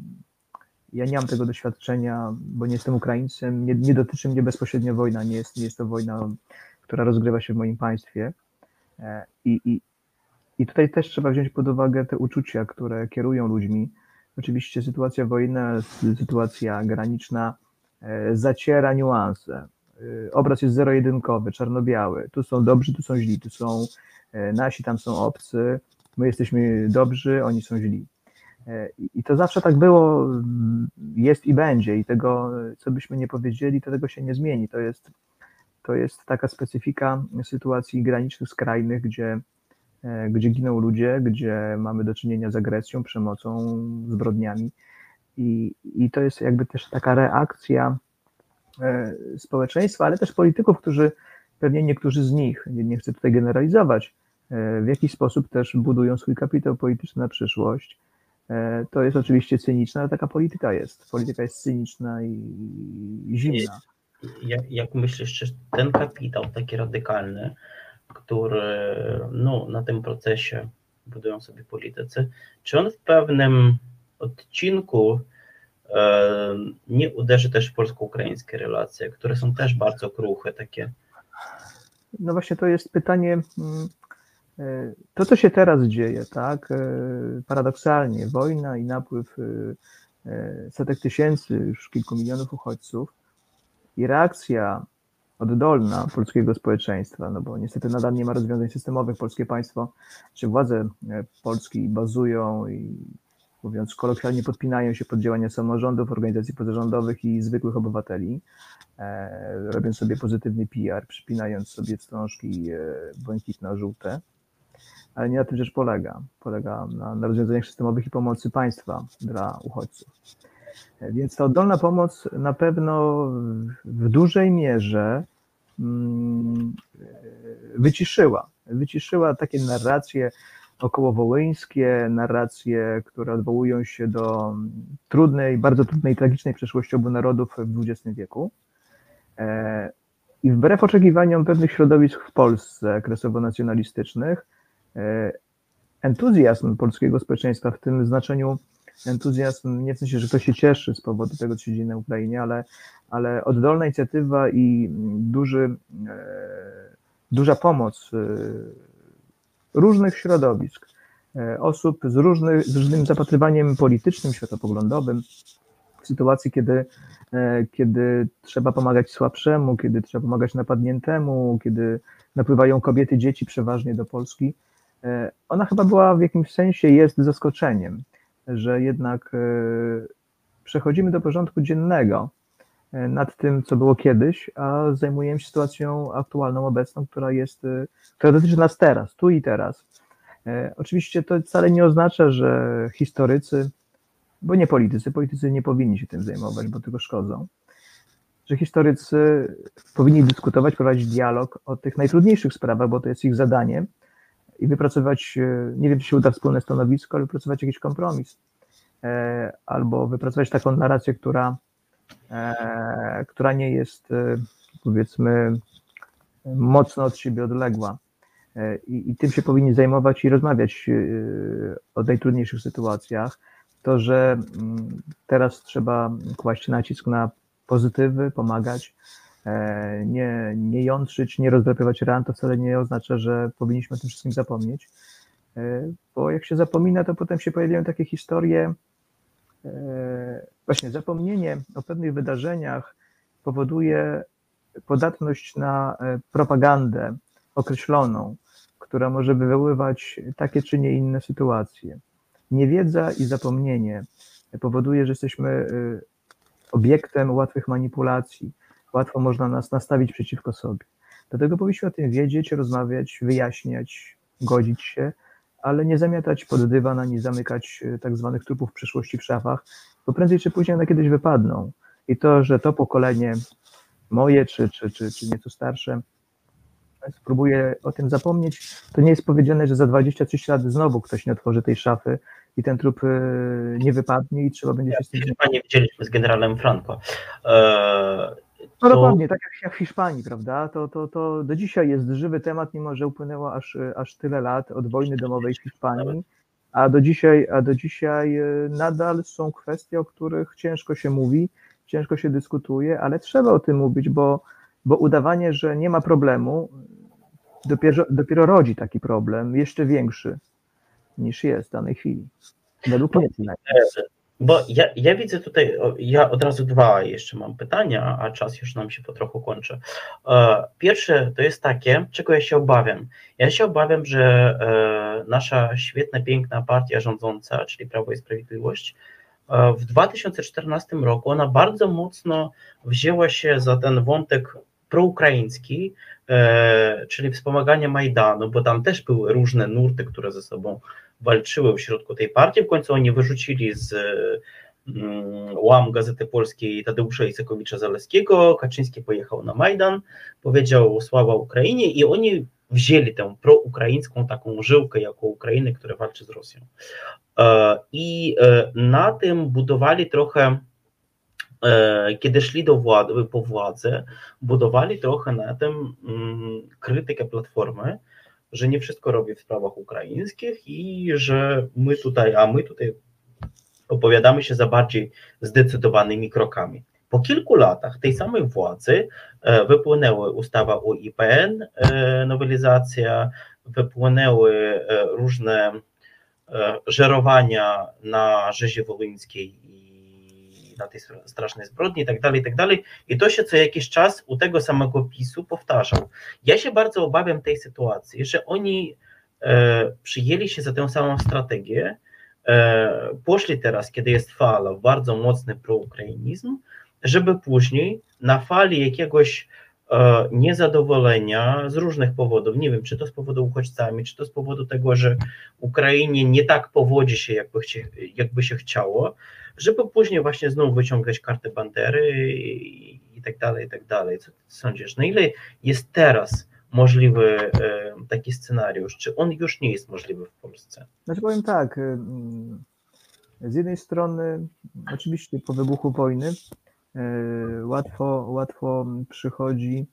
nie mam tego doświadczenia, bo nie jestem Ukraińcem, nie dotyczy mnie bezpośrednio wojna, nie jest to wojna, która rozgrywa się w moim państwie. I tutaj też trzeba wziąć pod uwagę te uczucia, które kierują ludźmi. Oczywiście sytuacja wojenna, sytuacja graniczna zaciera niuanse. Obraz jest zero-jedynkowy, czarno-biały. Tu są dobrzy, tu są źli, tu są nasi, tam są obcy. My jesteśmy dobrzy, oni są źli. I to zawsze tak było, jest i będzie. I tego, co byśmy nie powiedzieli, to tego się nie zmieni. To jest taka specyfika sytuacji granicznych, skrajnych, gdzie giną ludzie, gdzie mamy do czynienia z agresją, przemocą, zbrodniami. I to jest jakby też taka reakcja społeczeństwa, ale też polityków, którzy pewnie niektórzy z nich, nie chcę tutaj generalizować, w jakiś sposób też budują swój kapitał polityczny na przyszłość. To jest oczywiście cyniczne, ale taka polityka jest. Polityka jest cyniczna i zimna. Jak myślisz, czy ten kapitał taki radykalny, który na tym procesie budują sobie politycy, czy on w pewnym odcinku nie uderzy też w polsko-ukraińskie relacje, które są też bardzo kruche takie? No właśnie to jest pytanie, to co się teraz dzieje, tak, paradoksalnie, wojna i napływ setek tysięcy, już kilku milionów uchodźców i reakcja oddolna polskiego społeczeństwa, no bo niestety nadal nie ma rozwiązań systemowych. Polskie państwo, czy władze Polski bazują i mówiąc kolokwialnie podpinają się pod działania samorządów, organizacji pozarządowych i zwykłych obywateli, robiąc sobie pozytywny PR, przypinając sobie wstążki błękitno-żółte, ale nie na tym rzecz polega. Polega na rozwiązaniach systemowych i pomocy państwa dla uchodźców. Więc ta oddolna pomoc na pewno w dużej mierze wyciszyła takie narracje okołowołyńskie, narracje, które odwołują się do trudnej, bardzo trudnej, tragicznej przeszłości obu narodów w XX wieku. I wbrew oczekiwaniom pewnych środowisk w Polsce kresowo-nacjonalistycznych, entuzjazm polskiego społeczeństwa w tym znaczeniu, entuzjazm nie w sensie, że ktoś się cieszy z powodu tego, co się dzieje na Ukrainie, ale oddolna inicjatywa i duża pomoc różnych środowisk, osób z różnym zapatrywaniem politycznym, światopoglądowym, sytuacji, kiedy trzeba pomagać słabszemu, kiedy trzeba pomagać napadniętemu, kiedy napływają kobiety, dzieci przeważnie do Polski. Ona chyba była w jakimś sensie, jest zaskoczeniem, że jednak przechodzimy do porządku dziennego nad tym, co było kiedyś, a zajmujemy się sytuacją aktualną, obecną, która dotyczy nas teraz, tu i teraz. Oczywiście to wcale nie oznacza, że historycy, bo nie politycy nie powinni się tym zajmować, bo tylko szkodzą, że historycy powinni dyskutować, prowadzić dialog o tych najtrudniejszych sprawach, bo to jest ich zadanie i wypracować, nie wiem, czy się uda wspólne stanowisko, ale wypracować jakiś kompromis albo wypracować taką narrację, która nie jest, powiedzmy, mocno od siebie odległa. I tym się powinni zajmować i rozmawiać o najtrudniejszych sytuacjach. To, że teraz trzeba kłaść nacisk na pozytywy, pomagać, nie jątrzyć, nie rozdrapywać ran, to wcale nie oznacza, że powinniśmy o tym wszystkim zapomnieć. Bo jak się zapomina, to potem się pojawiają takie historie. Właśnie zapomnienie o pewnych wydarzeniach powoduje podatność na propagandę określoną, która może wywoływać takie czy nie inne sytuacje. Niewiedza i zapomnienie powoduje, że jesteśmy obiektem łatwych manipulacji. Łatwo można nas nastawić przeciwko sobie. Dlatego powinniśmy o tym wiedzieć, rozmawiać, wyjaśniać, godzić się, ale nie zamiatać pod dywan, ani zamykać tak zwanych trupów przyszłości w szafach, bo prędzej czy później one kiedyś wypadną. I to, że to pokolenie moje, czy nieco starsze, spróbuje o tym zapomnieć, to nie jest powiedziane, że za 20-30 lat znowu ktoś nie otworzy tej szafy i ten trup nie wypadnie i trzeba będzie się z tym... Hiszpanię widzieliśmy z generałem Franco. No dokładnie, tak jak w Hiszpanii, prawda? To do dzisiaj jest żywy temat, mimo że upłynęło aż tyle lat od wojny domowej w Hiszpanii, a do dzisiaj nadal są kwestie, o których ciężko się mówi, ciężko się dyskutuje, ale trzeba o tym mówić, bo udawanie, że nie ma problemu, dopiero rodzi taki problem jeszcze większy niż jest w danej chwili. Według mnie przynajmniej. Bo ja widzę tutaj, ja od razu dwa jeszcze mam pytania, a czas już nam się po trochu kończy. Pierwsze to jest takie, czego ja się obawiam. Ja się obawiam, że nasza świetna, piękna partia rządząca, czyli Prawo i Sprawiedliwość, w 2014 roku ona bardzo mocno wzięła się za ten wątek proukraiński, czyli wspomaganie Majdanu, bo tam też były różne nurty, które ze sobą walczyły w środku tej partii. W końcu oni wyrzucili z łam Gazety Polskiej Tadeusza Isakowicza-Zaleskiego, Kaczyński pojechał na Majdan, powiedział sława Ukrainie i oni wzięli tę proukraińską taką żyłkę jako Ukrainy, która walczy z Rosją. I na tym budowali trochę, kiedy szli po władzę, budowali trochę na tym krytykę Platformy, że nie wszystko robi w sprawach ukraińskich i że my tutaj opowiadamy się za bardziej zdecydowanymi krokami. Po kilku latach tej samej władzy wypłynęły ustawa o IPN, nowelizacja, wypłynęły różne żerowania na rzezi wolyńskiej i na tej strasznej zbrodni i tak dalej. I to się co jakiś czas u tego samego PiS-u powtarzał. Ja się bardzo obawiam tej sytuacji, że oni przyjęli się za tę samą strategię, poszli teraz, kiedy jest fala, bardzo mocny proukrainizm, żeby później na fali jakiegoś niezadowolenia z różnych powodów, nie wiem, czy to z powodu uchodźcami, czy to z powodu tego, że Ukrainie nie tak powodzi się, jakby się chciało, żeby później właśnie znowu wyciągać kartę Bandery i tak dalej. Co ty sądzisz? Na ile jest teraz możliwy taki scenariusz? Czy on już nie jest możliwy w Polsce? Znaczy powiem tak, z jednej strony oczywiście po wybuchu wojny łatwo przychodzi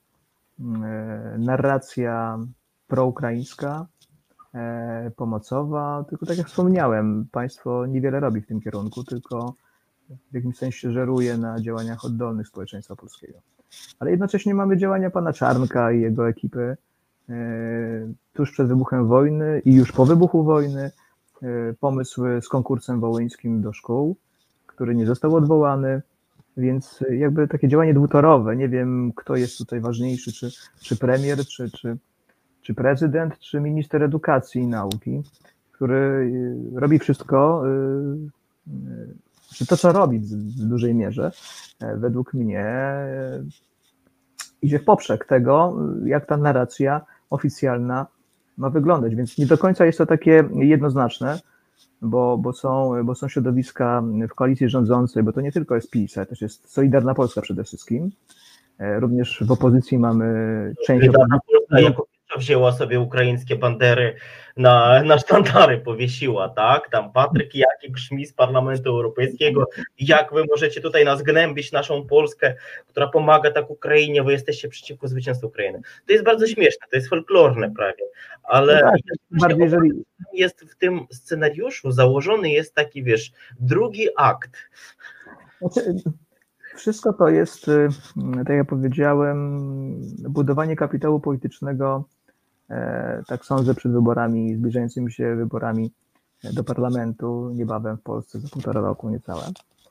narracja proukraińska, pomocowa, tylko tak jak wspomniałem, państwo niewiele robi w tym kierunku, tylko w jakimś sensie żeruje na działaniach oddolnych społeczeństwa polskiego. Ale jednocześnie mamy działania pana Czarnka i jego ekipy tuż przed wybuchem wojny i już po wybuchu wojny, pomysł z konkursem wołyńskim do szkół, który nie został odwołany, więc jakby takie działanie dwutorowe. Nie wiem, kto jest tutaj ważniejszy, czy premier, czy prezydent, czy minister edukacji i nauki, który robi wszystko, czy to, co robi w dużej mierze, według mnie idzie w poprzek tego, jak ta narracja oficjalna ma wyglądać, więc nie do końca jest to takie jednoznaczne, bo są środowiska w koalicji rządzącej, bo to nie tylko jest PiS, ale też jest Solidarna Polska przede wszystkim. Również w opozycji mamy część Solidarna Polska opozycji. wzięła sobie ukraińskie bandery na sztandary, powiesiła, tak? Tam Patryk Jaki grzmi z Parlamentu Europejskiego, jak wy możecie tutaj nas gnębić, naszą Polskę, która pomaga tak Ukrainie, wy jesteście przeciwko zwycięstwu Ukrainy. To jest bardzo śmieszne, to jest folklorne prawie, ale no tak, bardziej jeżeli jest w tym scenariuszu założony jest taki, wiesz, drugi akt. Znaczy, wszystko to jest, tak jak powiedziałem, budowanie kapitału politycznego, tak sądzę, przed wyborami, zbliżającymi się wyborami do parlamentu, niebawem w Polsce za 1,5 roku niecałe.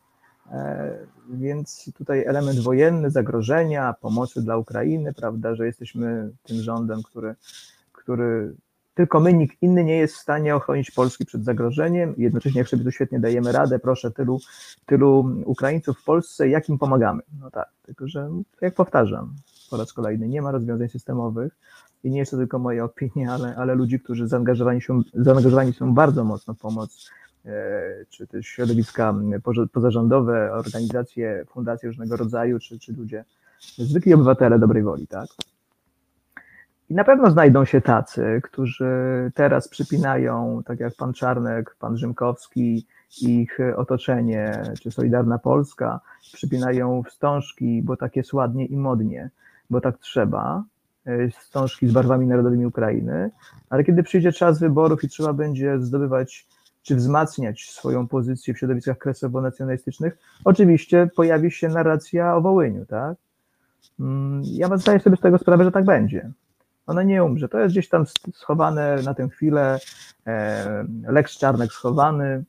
Więc tutaj element wojenny, zagrożenia, pomocy dla Ukrainy, prawda, że jesteśmy tym rządem, który tylko my, nikt inny nie jest w stanie ochronić Polski przed zagrożeniem. Jednocześnie jak sobie tu świetnie dajemy radę, proszę, tylu Ukraińców w Polsce, jak im pomagamy? No tak, tylko że jak powtarzam po raz kolejny, nie ma rozwiązań systemowych i nie jest to tylko moja opinia, ale ludzi, którzy zaangażowani są bardzo mocno w pomoc, czy też środowiska pozarządowe, organizacje, fundacje różnego rodzaju, czy ludzie, zwykli obywatele dobrej woli, tak? I na pewno znajdą się tacy, którzy teraz przypinają, tak jak pan Czarnek, pan Rzymkowski, ich otoczenie, czy Solidarna Polska, przypinają wstążki, bo tak jest ładnie i modnie, bo tak trzeba, wstążki z barwami narodowymi Ukrainy, ale kiedy przyjdzie czas wyborów i trzeba będzie zdobywać czy wzmacniać swoją pozycję w środowiskach kresowo-nacjonalistycznych, oczywiście pojawi się narracja o Wołyniu, tak? Ja zdaję sobie z tego sprawę, że tak będzie. Ona nie umrze. To jest gdzieś tam schowane na tę chwilę, Lex Czarnek schowany,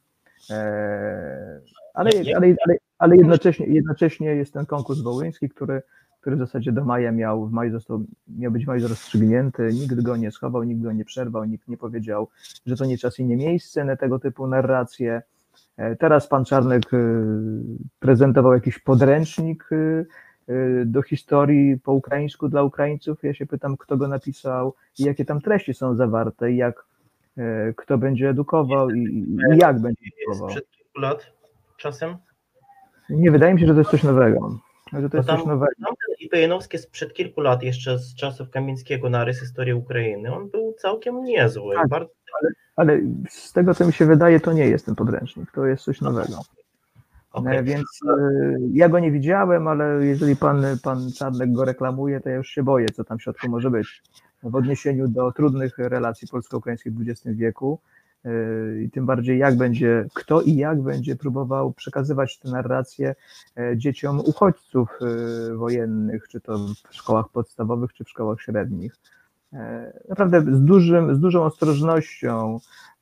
ale jednocześnie jest ten konkurs wołyński, który w zasadzie do maja miał być w maju rozstrzygnięty. Nikt go nie schował, nikt go nie przerwał, nikt nie powiedział, że to nie czas i nie miejsce na tego typu narracje. Teraz pan Czarnek prezentował jakiś podręcznik do historii po ukraińsku dla Ukraińców. Ja się pytam, kto go napisał i jakie tam treści są zawarte, i kto będzie edukował i jak będzie edukował. Przed kilku lat czasem? Nie, wydaje mi się, że to jest coś nowego. Że to jest coś nowego. I Pejenowski sprzed kilku lat, jeszcze z czasów Kamińskiego, narys historii Ukrainy, on był całkiem niezły. Tak, bardzo... ale z tego, co mi się wydaje, to nie jest ten podręcznik, to jest coś nowego. Okay. Więc ja go nie widziałem, ale jeżeli pan Czarnek go reklamuje, to ja już się boję, co tam w środku może być. W odniesieniu do trudnych relacji polsko-ukraińskich w XX wieku i tym bardziej kto i jak będzie próbował przekazywać tę narrację dzieciom uchodźców wojennych, czy to w szkołach podstawowych, czy w szkołach średnich. Naprawdę z dużą ostrożnością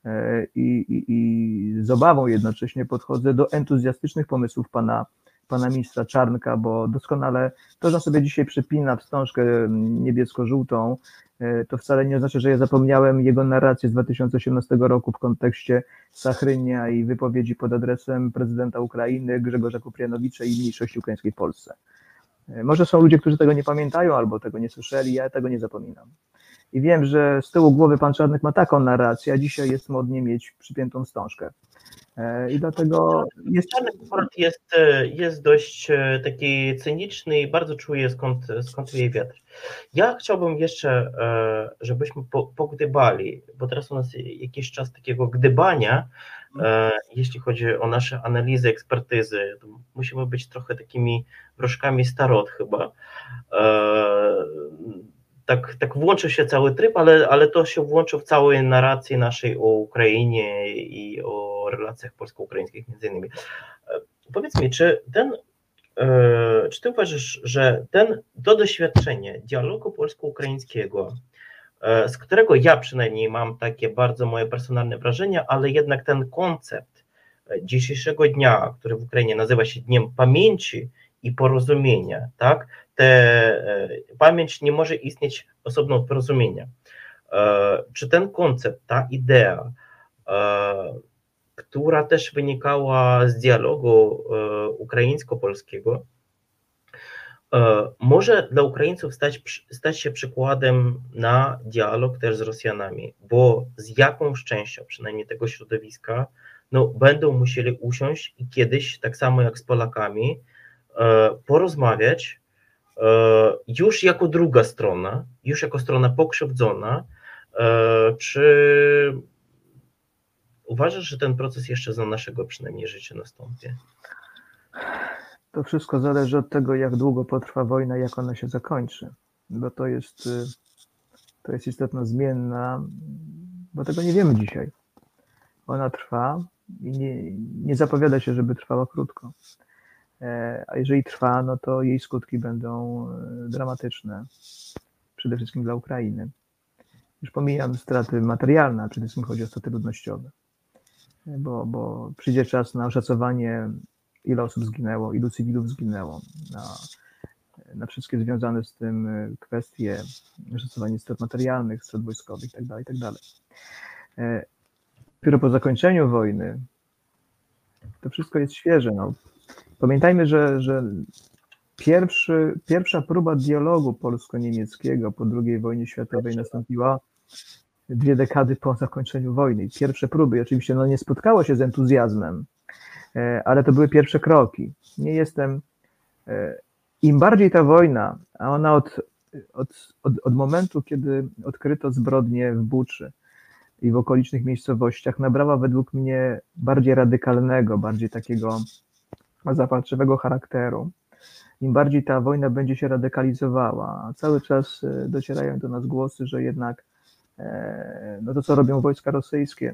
i z obawą jednocześnie podchodzę do entuzjastycznych pomysłów pana ministra Czarnka, bo doskonale to, że on sobie dzisiaj przypina wstążkę niebiesko-żółtą, to wcale nie oznacza, że ja zapomniałem jego narrację z 2018 roku w kontekście Sachrynia i wypowiedzi pod adresem prezydenta Ukrainy Grzegorza Kuprianowicza i mniejszości ukraińskiej w Polsce. Może są ludzie, którzy tego nie pamiętają albo tego nie słyszeli, ja tego nie zapominam. I wiem, że z tyłu głowy pan Czarnek ma taką narrację, a dzisiaj jest modnie mieć przypiętą wstążkę. I dlatego jest dość taki cyniczny i bardzo czuje skąd wieje wiatr. Ja chciałbym jeszcze, żebyśmy pogdybali, bo teraz u nas jakiś czas takiego gdybania, jeśli chodzi o nasze analizy, ekspertyzy, to musimy być trochę takimi wróżkami starot chyba. Tak włączył się cały tryb, ale to się włączył w całej narracji naszej o Ukrainie i o relacjach polsko-ukraińskich między innymi. Powiedz mi, czy ty uważasz, że to doświadczenie dialogu polsko-ukraińskiego, z którego ja przynajmniej mam takie bardzo moje personalne wrażenia, ale jednak ten koncept dzisiejszego dnia, który w Ukrainie nazywa się Dniem Pamięci i Porozumienia, tak, pamięć nie może istnieć osobno od porozumienia. Czy ten koncept, ta idea, która też wynikała z dialogu ukraińsko-polskiego, może dla Ukraińców stać się przykładem na dialog też z Rosjanami, bo z jakąś częścią, przynajmniej tego środowiska, no, będą musieli usiąść i kiedyś, tak samo jak z Polakami, porozmawiać już jako druga strona, już jako strona pokrzywdzona. Czy uważasz, że ten proces jeszcze za naszego przynajmniej życia nastąpi? To wszystko zależy od tego, jak długo potrwa wojna, jak ona się zakończy, bo to jest istotna zmienna, bo tego nie wiemy dzisiaj. Ona trwa i nie zapowiada się, żeby trwała krótko. A jeżeli trwa, no to jej skutki będą dramatyczne, przede wszystkim dla Ukrainy. Już pomijam straty materialne, a przede wszystkim chodzi o straty ludnościowe, bo przyjdzie czas na oszacowanie, ile osób zginęło, ilu cywilów zginęło, na wszystkie związane z tym kwestie, oszacowanie strat materialnych, strat wojskowych itd., itd. Dopiero po zakończeniu wojny to wszystko jest świeże. No. Pamiętajmy, że pierwsza próba dialogu polsko-niemieckiego po II wojnie światowej nastąpiła 2 dekady po zakończeniu wojny. Pierwsze próby, oczywiście nie spotkało się z entuzjazmem, ale to były pierwsze kroki. Im bardziej ta wojna, a ona od momentu, kiedy odkryto zbrodnie w Buczy i w okolicznych miejscowościach, nabrała według mnie bardziej radykalnego, bardziej takiego zapalczywego charakteru. Im bardziej ta wojna będzie się radykalizowała, a cały czas docierają do nas głosy, że jednak to, co robią wojska rosyjskie,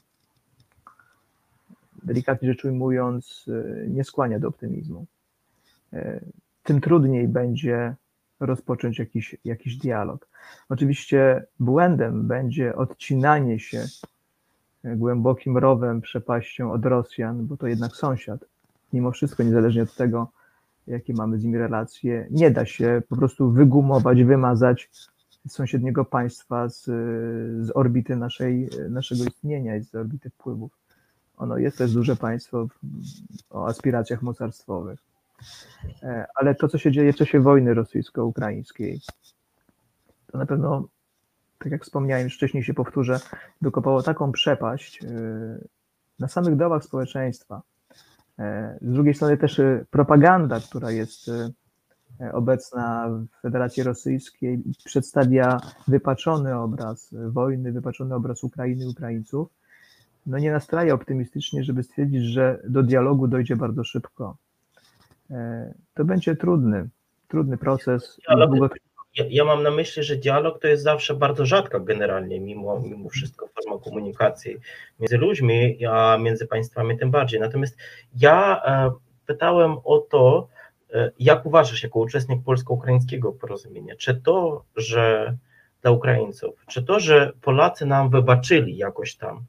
delikatnie rzecz ujmując, nie skłania do optymizmu. Tym trudniej będzie rozpocząć jakiś dialog. Oczywiście błędem będzie odcinanie się głębokim rowem, przepaścią od Rosjan, bo to jednak sąsiad. Mimo wszystko, niezależnie od tego, jakie mamy z nimi relacje, nie da się po prostu wygumować, wymazać sąsiedniego państwa z orbity naszego istnienia i z orbity wpływów. Ono jest też duże państwo o aspiracjach mocarstwowych. Ale to, co się dzieje w czasie wojny rosyjsko-ukraińskiej, to na pewno, tak jak wspomniałem, już wcześniej się powtórzę, wykopało taką przepaść na samych dołach społeczeństwa. Z drugiej strony też propaganda, która jest obecna w Federacji Rosyjskiej, przedstawia wypaczony obraz wojny, wypaczony obraz Ukrainy i Ukraińców. Nie nastraja optymistycznie, żeby stwierdzić, że do dialogu dojdzie bardzo szybko. To będzie trudny proces. Ja mam na myśli, że dialog to jest zawsze bardzo rzadka generalnie, mimo wszystko, forma komunikacji między ludźmi, a między państwami tym bardziej. Natomiast ja pytałem o to, jak uważasz jako uczestnik polsko-ukraińskiego porozumienia, czy to, że dla Ukraińców, czy to, że Polacy nam wybaczyli jakoś tam,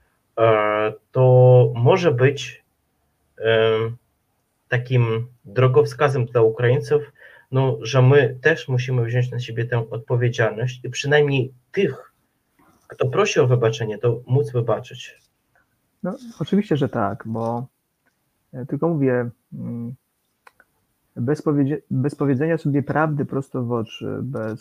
to może być takim drogowskazem dla Ukraińców, że my też musimy wziąć na siebie tę odpowiedzialność i przynajmniej tych, kto prosi o wybaczenie, to móc wybaczyć. Oczywiście, że tak, bo tylko mówię, bez powiedzenia sobie prawdy prosto w oczy,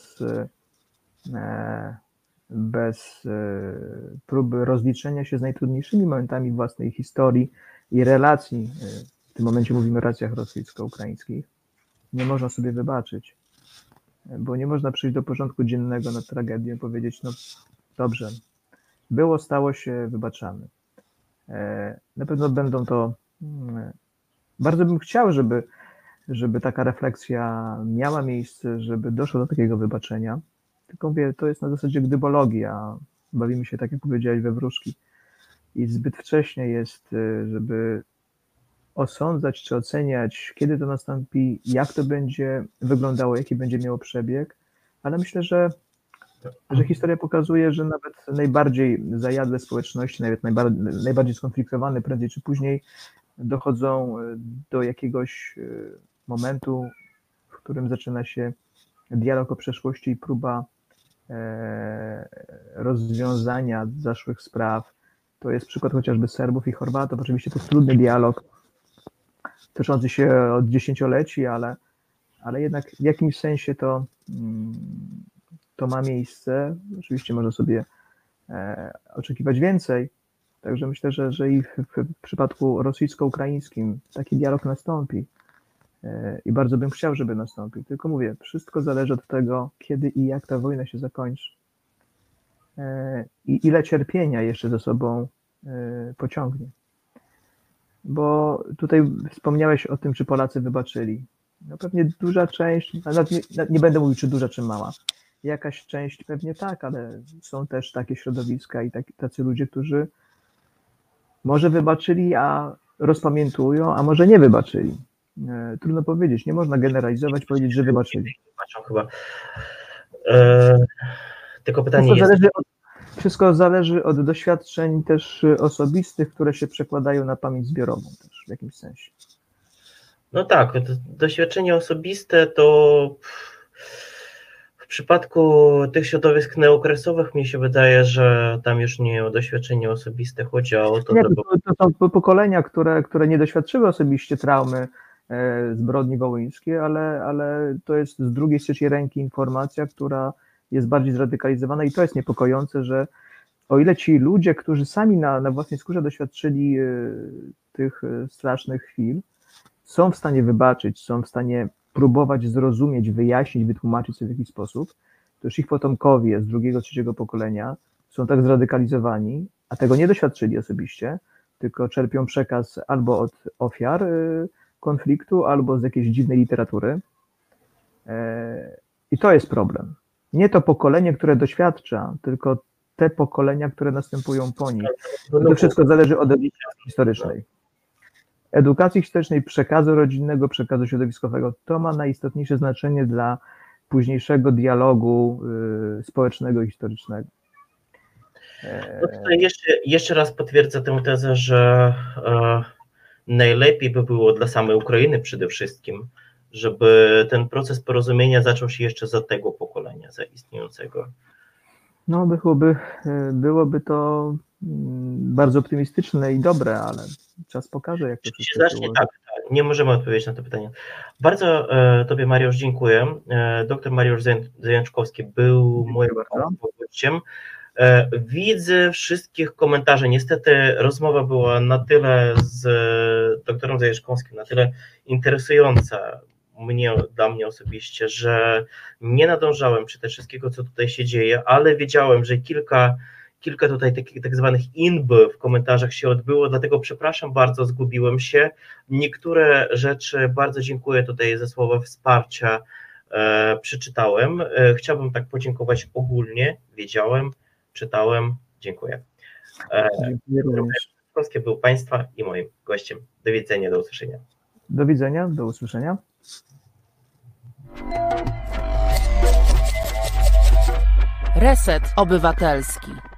bez próby rozliczenia się z najtrudniejszymi momentami własnej historii i relacji, w tym momencie mówimy o relacjach rosyjsko-ukraińskich, nie można sobie wybaczyć, bo nie można przyjść do porządku dziennego nad tragedią i powiedzieć, dobrze, było, stało się, wybaczamy. Na pewno będą to, bardzo bym chciał, żeby taka refleksja miała miejsce, żeby doszło do takiego wybaczenia, tylko mówię, to jest na zasadzie gdybologii, a bawimy się, tak jak powiedziałeś, we wróżki i zbyt wcześnie jest, żeby osądzać czy oceniać, kiedy to nastąpi, jak to będzie wyglądało, jaki będzie miało przebieg, ale myślę, że że historia pokazuje, że nawet najbardziej zajadłe społeczności, nawet najbardziej skonfliktowane prędzej czy później dochodzą do jakiegoś momentu, w którym zaczyna się dialog o przeszłości i próba rozwiązania zaszłych spraw. To jest przykład chociażby Serbów i Chorwatów. Oczywiście to jest trudny dialog, toczący się od dziesięcioleci, ale jednak w jakimś sensie to ma miejsce. Oczywiście można sobie oczekiwać więcej. Także myślę, że i w przypadku rosyjsko-ukraińskim taki dialog nastąpi. I bardzo bym chciał, żeby nastąpił. Tylko mówię, wszystko zależy od tego, kiedy i jak ta wojna się zakończy. I ile cierpienia jeszcze ze sobą pociągnie. Bo tutaj wspomniałeś o tym, czy Polacy wybaczyli. No pewnie duża część, nie będę mówił, czy duża, czy mała. Jakaś część pewnie tak, ale są też takie środowiska i tacy ludzie, którzy może wybaczyli, a rozpamiętują, a może nie wybaczyli. Trudno powiedzieć, nie można generalizować, powiedzieć, że wybaczyli. Chyba. Tylko pytanie wszystko zależy od doświadczeń też osobistych, które się przekładają na pamięć zbiorową też w jakimś sensie. No tak, doświadczenie osobiste to w przypadku tych środowisk neokresowych mi się wydaje, że tam już nie o doświadczenie osobiste chodzi, a o to, to są pokolenia, które nie doświadczyły osobiście traumy zbrodni wołyńskiej, ale to jest z drugiej, z trzeciej ręki informacja, która jest bardziej zradykalizowana i to jest niepokojące, że o ile ci ludzie, którzy sami na własnej skórze doświadczyli tych strasznych chwil, są w stanie wybaczyć, są w stanie próbować zrozumieć, wyjaśnić, wytłumaczyć sobie w jakiś sposób, to już ich potomkowie z drugiego, trzeciego pokolenia są tak zradykalizowani, a tego nie doświadczyli osobiście, tylko czerpią przekaz albo od ofiar konfliktu, albo z jakiejś dziwnej literatury. I to jest problem. Nie to pokolenie, które doświadcza, tylko te pokolenia, które następują po nich. To wszystko zależy od edukacji historycznej. Edukacji historycznej, przekazu rodzinnego, przekazu środowiskowego, to ma najistotniejsze znaczenie dla późniejszego dialogu społecznego i historycznego. No tutaj jeszcze raz potwierdzę tę tezę, że najlepiej by było dla samej Ukrainy przede wszystkim, żeby ten proces porozumienia zaczął się jeszcze za tego pokolenia, za istniejącego. No byłoby to bardzo optymistyczne i dobre, ale czas pokaże, jak to się zacznie. Tak, nie możemy odpowiedzieć na to pytanie. Bardzo Tobie, Mariusz, dziękuję. Dr Mariusz Zajączkowski był moim gościem. Widzę wszystkich komentarzy. Niestety rozmowa była na tyle z doktorem Zajączkowskim, na tyle interesująca dla mnie osobiście, że nie nadążałem czytać wszystkiego, co tutaj się dzieje, ale wiedziałem, że kilka tutaj takich tak zwanych inb w komentarzach się odbyło, dlatego przepraszam bardzo, zgubiłem się. Niektóre rzeczy bardzo dziękuję tutaj za słowa wsparcia, przeczytałem. Chciałbym tak podziękować ogólnie, wiedziałem, czytałem, dziękuję. Dziękuję. Był Państwa i moim gościem. Do widzenia, do usłyszenia. Do widzenia, do usłyszenia. Reset Obywatelski.